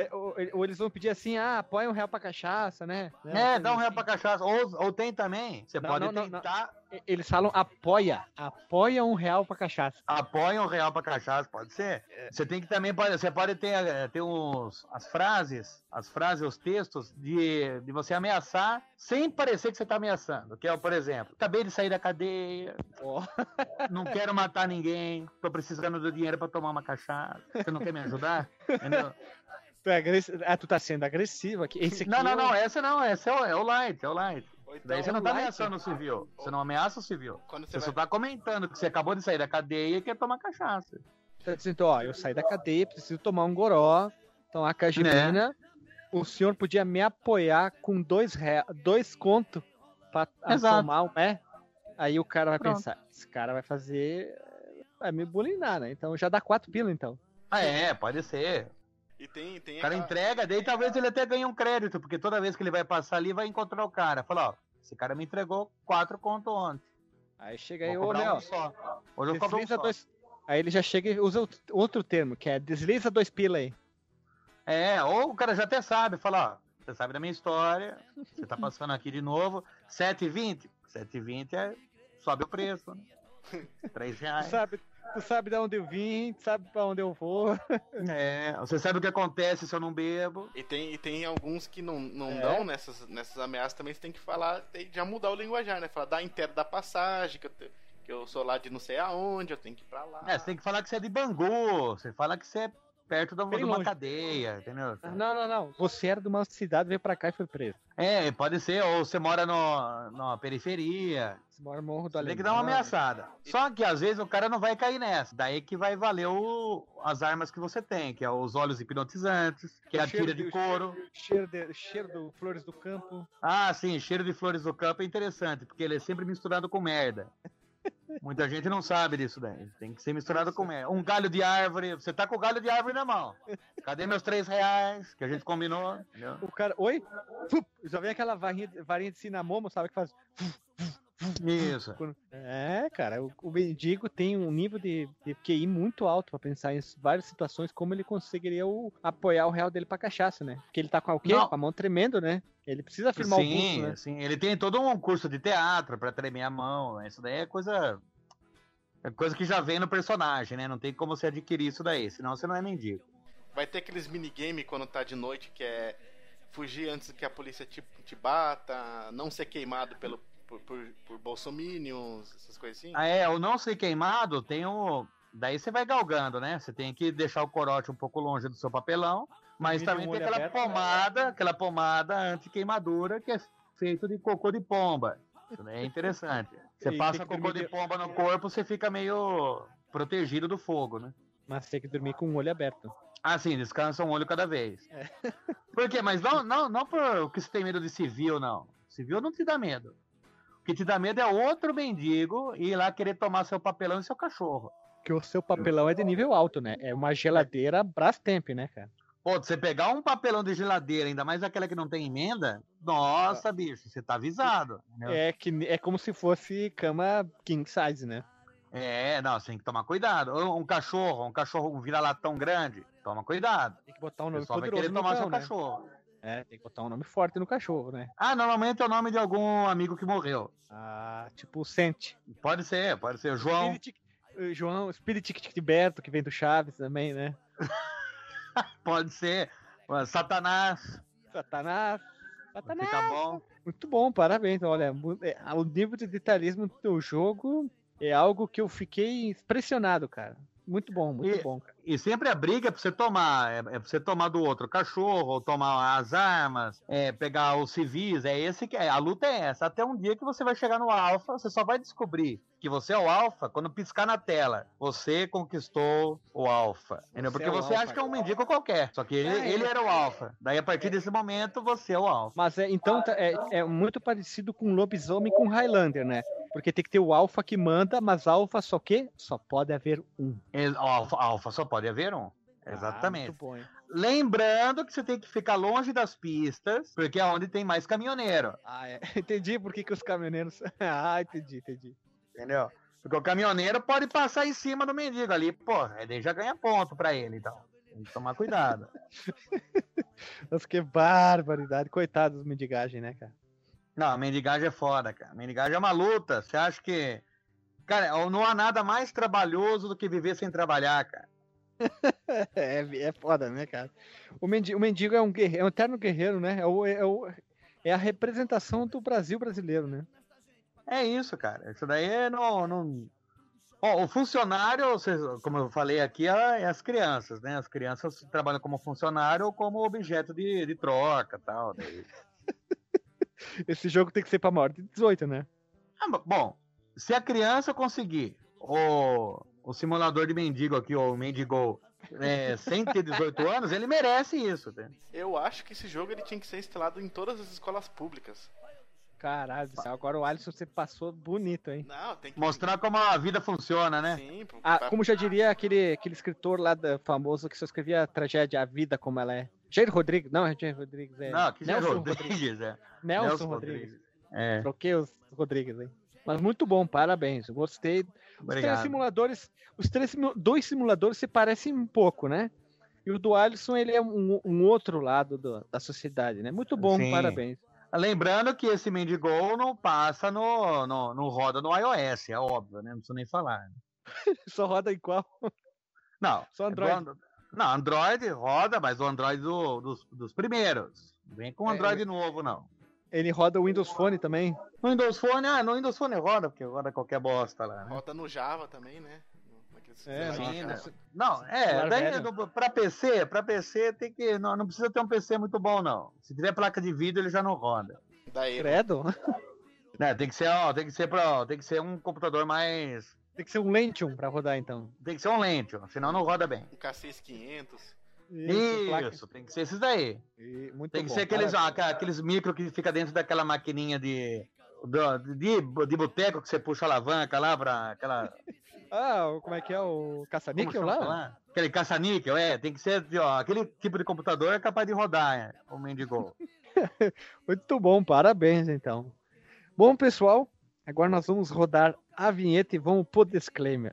Ou eles vão pedir assim, põe R$1 pra cachaça, né? Dá R$1 pra cachaça. Ou tem também. Você pode tentar. Não. Eles falam apoia R$1 pra cachaça. Apoia R$1 pra cachaça, pode ser. Você tem que também, você pode ter as frases, os textos de você ameaçar sem parecer que você tá ameaçando. Que é, por exemplo, acabei de sair da cadeia, não quero matar ninguém, tô precisando do dinheiro pra tomar uma cachaça, você não quer me ajudar? Entendeu? Tu tá sendo agressivo aqui. Esse aqui essa é o light. Então, daí você não tá ameaçando o civil. Você não ameaça o civil. Você só tá comentando que você acabou de sair da cadeia e quer tomar cachaça. Tá dizendo, eu saí da cadeia, preciso tomar um goró, tomar cajibina. O senhor podia me apoiar com 2 conto pra tomar um Aí o cara vai pensar, esse cara vai me bulinar, né? Então já dá 4 pila, então. Pode ser. E tem o cara entrega, daí talvez ele até ganhe um crédito, porque toda vez que ele vai passar ali, vai encontrar o cara. Fala, esse cara me entregou 4 conto ontem. Aí chega aí, hoje eu cobro um só. Aí ele já chega e usa outro termo, que é desliza 2 pila aí. Ou o cara já até sabe, fala, você sabe da minha história, você tá passando aqui de novo, 7,20? 7,20 sobe o preço, né? R$3. Tu sabe de onde eu vim, tu sabe pra onde eu vou. Você sabe o que acontece se eu não bebo. E tem alguns que não dão nessas ameaças também, você tem que falar, tem já mudar o linguajar, né? Falar da inteira da passagem, que eu sou lá de não sei aonde, eu tenho que ir pra lá. Você tem que falar que você é de Bangu, você fala que você é perto de Bem uma longe. cadeia, entendeu? Não. Você era de uma cidade, veio pra cá e foi preso. Pode ser, ou você mora numa periferia. Você mora no Morro do Você Alemão. tem que dar uma ameaçada. Só que às vezes o cara não vai cair nessa. Daí que vai valer as armas que você tem, que é os óleos hipnotizantes, que é a tira de couro. Cheiro do Flores do Campo. Ah, sim, cheiro de flores do campo é interessante, porque ele é sempre misturado com merda. Muita gente não sabe disso daí. Tem que ser misturado com merda. Um galho de árvore. Você tá com o galho de árvore na mão. Cadê meus R$3 que a gente combinou? Entendeu? O cara... Oi? Já vem aquela varinha de cinamomo, sabe? Que faz... Isso. Cara, o mendigo tem um nível de QI muito alto pra pensar em várias situações, como ele conseguiria apoiar o real dele pra cachaça, né? Porque ele tá com o quê? Não. Com a mão tremendo, né? Ele precisa firmar o pulso, né? Sim, ele tem todo um curso de teatro pra tremer a mão. Isso daí é coisa que já vem no personagem, né? Não tem como você adquirir isso daí, senão você não é mendigo. Vai ter aqueles minigame quando tá de noite, que é fugir antes que a polícia te bata, não ser queimado por bolsominions, essas coisas assim. O não ser queimado tem daí você vai galgando, né? Você tem que deixar o corote um pouco longe do seu papelão, mas também tem aquela pomada anti-queimadura que é feito de cocô de pomba. Isso daí é interessante. Você passa cocô de pomba no corpo, você fica meio protegido do fogo, né? Mas tem que dormir com o olho aberto. Ah, sim, descansa um olho cada vez. Por quê? Mas não porque você tem medo de civil, não. Civil não te dá medo. O que te dá medo é outro mendigo ir lá querer tomar seu papelão e seu cachorro. Que o seu papelão é de nível alto, né? É uma geladeira Brastemp, né, cara? Pô, você pegar um papelão de geladeira, ainda mais aquela que não tem emenda, nossa, bicho, você tá avisado. Entendeu? É como se fosse cama king size, né? Não, você tem que tomar cuidado. Um cachorro, um vira-latão grande, toma cuidado. Tem que botar um nome O pessoal vai poderoso querer tomar no seu cão, cachorro. né? Tem que botar um nome forte no cachorro, né? Normalmente é o nome de algum amigo que morreu. Tipo o Sente. Pode ser. João, Spirit Tiberto, que vem do Chaves também, né? Pode ser. Satanás. Fica bom. Muito bom, parabéns. Olha, o nível de detalhismo do jogo é algo que eu fiquei impressionado, cara. Muito bom, cara. E sempre a briga é pra você tomar. É pra você tomar do outro cachorro, ou tomar as armas, pegar os civis. A luta é essa. Até um dia que você vai chegar no alfa, você só vai descobrir que você é o alfa quando piscar na tela. Você conquistou o alfa. Entendeu? Porque você acha que é um mendigo qualquer. Só que ele era o alfa. Daí a partir desse momento você é o alfa. Mas então é muito parecido com lobisomem com Highlander, né? Porque tem que ter o alfa que manda, mas alfa só que só pode haver um. Alfa só pode haver um. Exatamente. Muito bom, hein? Lembrando que você tem que ficar longe das pistas, porque é onde tem mais caminhoneiro. Entendi por que os caminhoneiros... entendi. Entendeu? Porque o caminhoneiro pode passar em cima do mendigo ali, ele já ganha ponto pra ele, então. Tem que tomar cuidado. Nossa, que barbaridade. Coitado dos mendigagem, né, cara? Não, a mendigagem é foda, cara. Mendigagem é uma luta. Você acha que... Cara, não há nada mais trabalhoso do que viver sem trabalhar, cara. É foda, né, cara? O mendigo é um eterno guerreiro, né? É a representação do Brasil brasileiro, né? É isso, cara. Isso daí não... O funcionário, como eu falei aqui, é as crianças, né? As crianças trabalham como funcionário ou como objeto de troca e tal. Daí... Esse jogo tem que ser pra maior de 18, né? Bom, se a criança conseguir o simulador de mendigo aqui, ou o Mendigo, sem ter 18 anos, ele merece isso. Né? Eu acho que esse jogo ele tinha que ser instalado em todas as escolas públicas. Caralho, agora o Alisson você passou bonito, hein? Não, tem que... Mostrar como a vida funciona, né? Sim, como já diria aquele escritor lá famoso que só escrevia a tragédia, a vida como ela é. Jair Rodrigues, não é Jair Rodrigues, é. Não, que Jair Rodrigues, Nelson Rodrigues. Troquei os Rodrigues, hein? Mas muito bom, parabéns. Eu gostei. Os dois simuladores se parecem um pouco, né? E o do Alisson, ele é um outro lado da sociedade, né? Muito bom, sim. Parabéns. Lembrando que esse Mendigo não passa no roda no iOS, é óbvio, né? Não preciso nem falar. Só roda em qual? Não. Só Android. Não, Android roda, mas o Android dos primeiros. Não vem com Android novo, não. Ele roda o Windows Phone também? No Windows Phone roda, porque roda qualquer bosta lá, né? Roda no Java também, né? Pra PC tem que. Não precisa ter um PC muito bom, não. Se tiver placa de vídeo, ele já não roda. Daí, Credo? Tem que ser um computador mais. Tem que ser um Lentium pra rodar, então. Tem que ser um Lentium, senão não roda bem. Um K6500. Isso, tem que ser esses daí. Tem que ser aqueles micro que fica dentro daquela maquininha de boteco que você puxa a alavanca lá pra aquela. Como é que é? O caça-níquel lá? Aquele caça-níquel, tem que ser, aquele tipo de computador é capaz de rodar, o Mendigo. Muito bom, parabéns então. Bom, pessoal, agora nós vamos rodar a vinheta e vamos pro disclaimer.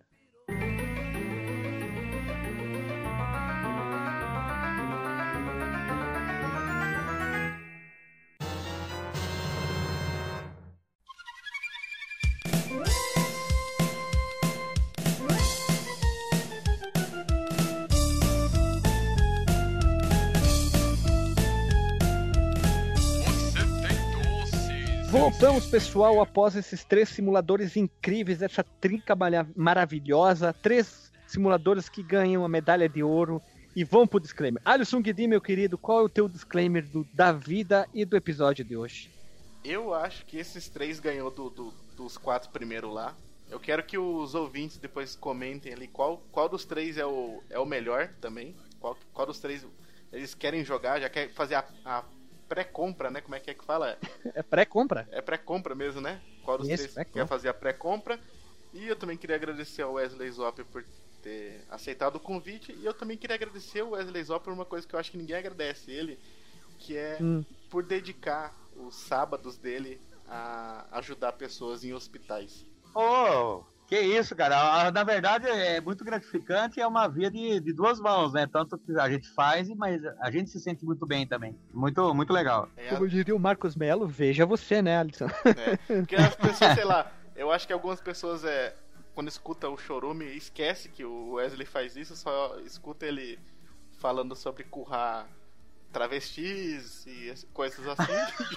Voltamos, pessoal, após esses 3 simuladores incríveis, essa trinca maravilhosa, 3 simuladores que ganham a medalha de ouro. E vamos pro disclaimer. Alisson Guidi, meu querido, qual é o teu disclaimer da vida e do episódio de hoje? Eu acho que esses 3 ganhou dos 4 primeiros lá. Eu quero que os ouvintes depois comentem ali qual dos 3 é o melhor também. Qual dos 3 eles querem jogar, já quer fazer a pré-compra, né? Como é que fala? É pré-compra? É pré-compra mesmo, né? Qual dos 3 quer fazer a pré-compra? E eu também queria agradecer ao Wesley Zop por ter aceitado o convite. E eu também queria agradecer ao Wesley Zop por uma coisa que eu acho que ninguém agradece ele, que é por dedicar os sábados dele a ajudar pessoas em hospitais. Que isso, cara. Na verdade é muito gratificante e é uma via de 2 mãos, né? Tanto que a gente faz, mas a gente se sente muito bem também. Muito, muito legal. Como diria o Marcos Melo, veja você, né, Alisson? Porque as pessoas, sei lá, eu acho que algumas pessoas, quando escuta o Chorume, esquece que o Wesley faz isso, só escuta ele falando sobre currar travestis e coisas assim.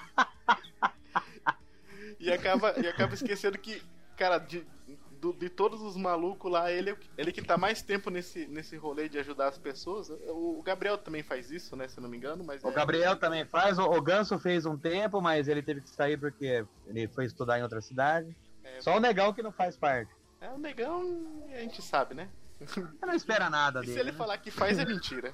e acaba esquecendo que, cara, de todos os malucos lá, ele que tá mais tempo nesse rolê de ajudar as pessoas. O Gabriel também faz isso, né, se eu não me engano. Mas o Gabriel também faz, o Ganso fez um tempo, mas ele teve que sair porque ele foi estudar em outra cidade. Só o Negão que não faz parte. O Negão, a gente sabe, né? Não espera nada dele. Se ele falar que faz, é mentira.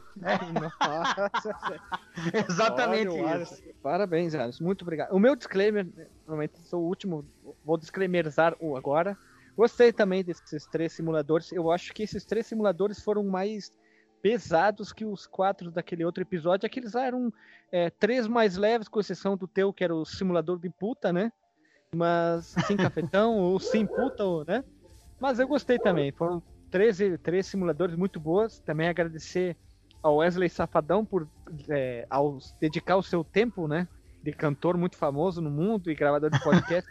Nossa. Exatamente. Olha, isso. Parabéns, Alisson. Muito obrigado. O meu disclaimer, normalmente sou o último, vou disclaimerizar agora. Gostei também desses 3 simuladores. Eu acho que esses 3 simuladores foram mais pesados que os 4 daquele outro episódio. Aqueles lá eram 3 mais leves, com exceção do teu, que era o simulador de puta, né? Mas sem cafetão, ou sem puta, né? Mas eu gostei também. Foram 3 simuladores muito boas. Também agradecer ao Wesley Safadão por dedicar o seu tempo, né? De cantor muito famoso no mundo e gravador de podcast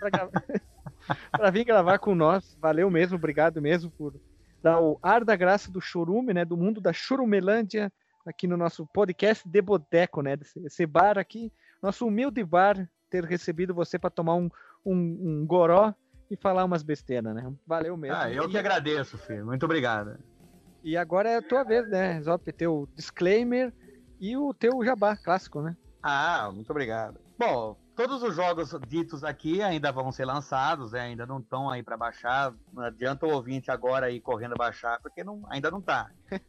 para vir gravar com nós. Valeu mesmo, obrigado mesmo por dar o ar da graça do chorume, né? Do mundo da Chorumelândia aqui no nosso podcast de boteco, né? Esse bar aqui, nosso humilde bar, ter recebido você para tomar um goró e falar umas besteiras, né? Valeu mesmo. Eu que agradeço, filho. Muito obrigado. E agora é a tua vez, né, Zop? Teu disclaimer e o teu jabá clássico, né? Muito obrigado. Bom, todos os jogos ditos aqui ainda vão ser lançados, né? Ainda não estão aí para baixar. Não adianta o ouvinte agora ir correndo baixar, porque ainda não tá.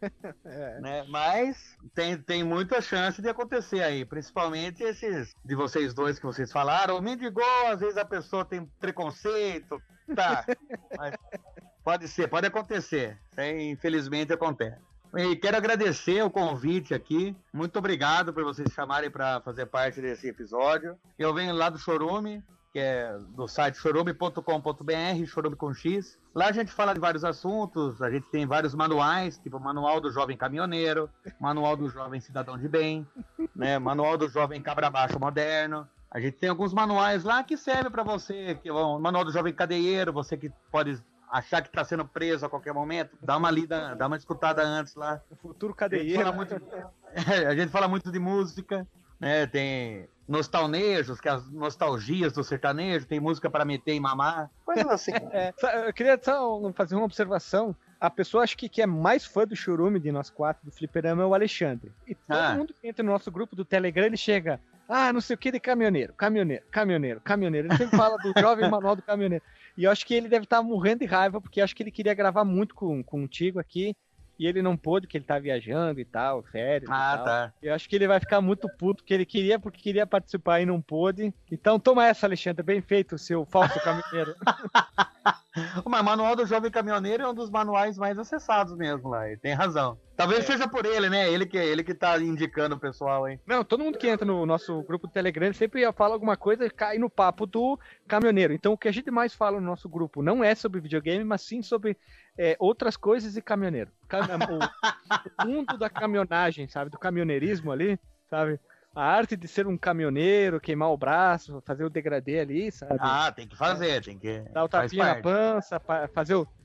Né? Mas tem muita chance de acontecer aí, principalmente esses de vocês dois que vocês falaram. O Mendigo, às vezes a pessoa tem preconceito, tá? Mas pode acontecer. Infelizmente acontece. E quero agradecer o convite aqui. Muito obrigado por vocês chamarem para fazer parte desse episódio. Eu venho lá do Chorume, que é do site chorume.com.br, Chorume com X. Lá a gente fala de vários assuntos, a gente tem vários manuais, tipo o Manual do Jovem Caminhoneiro, Manual do Jovem Cidadão de Bem, né, Manual do Jovem Cabra Baixo Moderno. A gente tem alguns manuais lá que servem para você, que é o Manual do Jovem Cadeieiro, você que pode achar que tá sendo preso a qualquer momento, dá uma lida, dá uma escutada antes lá. O futuro cadeieiro. A gente fala muito de música, né? Tem nostalnejos, que é as nostalgias do sertanejo, tem música para meter e mamar, coisas assim. Eu queria só fazer uma observação. A pessoa acho que é mais fã do Churume de nós quatro, do Fliperama, é o Alexandre. E todo mundo que entra no nosso grupo do Telegram, ele chega, não sei o que de caminhoneiro. Ele sempre fala do jovem manual do caminhoneiro. E eu acho que ele deve estar morrendo de raiva, porque eu acho que ele queria gravar muito contigo aqui, e ele não pôde, porque ele tá viajando e tal, férias e tal. Tá. Eu acho que ele vai ficar muito puto, porque ele queria participar e não pôde. Então toma essa, Alexandre, bem feito, seu falso caminhoneiro. Mas o Manual do Jovem Caminhoneiro é um dos manuais mais acessados mesmo lá, ele tem razão. Talvez seja por ele, né? Ele que tá indicando o pessoal, hein? Não, todo mundo que entra no nosso grupo do Telegram sempre fala alguma coisa e cai no papo do caminhoneiro. Então o que a gente mais fala no nosso grupo não é sobre videogame, mas sim sobre outras coisas e caminhoneiro. O mundo da caminhonagem, sabe? Do caminhoneirismo ali, sabe? A arte de ser um caminhoneiro, queimar o braço, fazer o degradê ali, sabe? Tem que fazer, tem que... Dar o tapinha na pança, fazer o...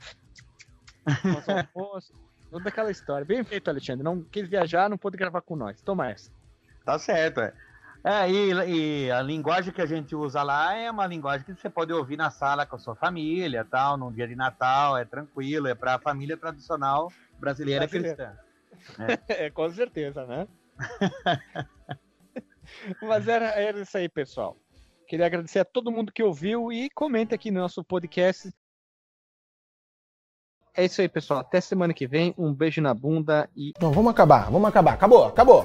Toda aquela história. Bem feito, Alexandre. Não quis viajar, não pôde gravar com nós. Toma essa. Tá certo, e a linguagem que a gente usa lá é uma linguagem que você pode ouvir na sala com a sua família, tal, num dia de Natal, é tranquilo, é pra família tradicional brasileira cristã. Com certeza, né? Mas era isso aí, pessoal. Queria agradecer a todo mundo que ouviu e comenta aqui no nosso podcast. É isso aí, pessoal. Até semana que vem. Um beijo na bunda e... Não, vamos acabar. Acabou.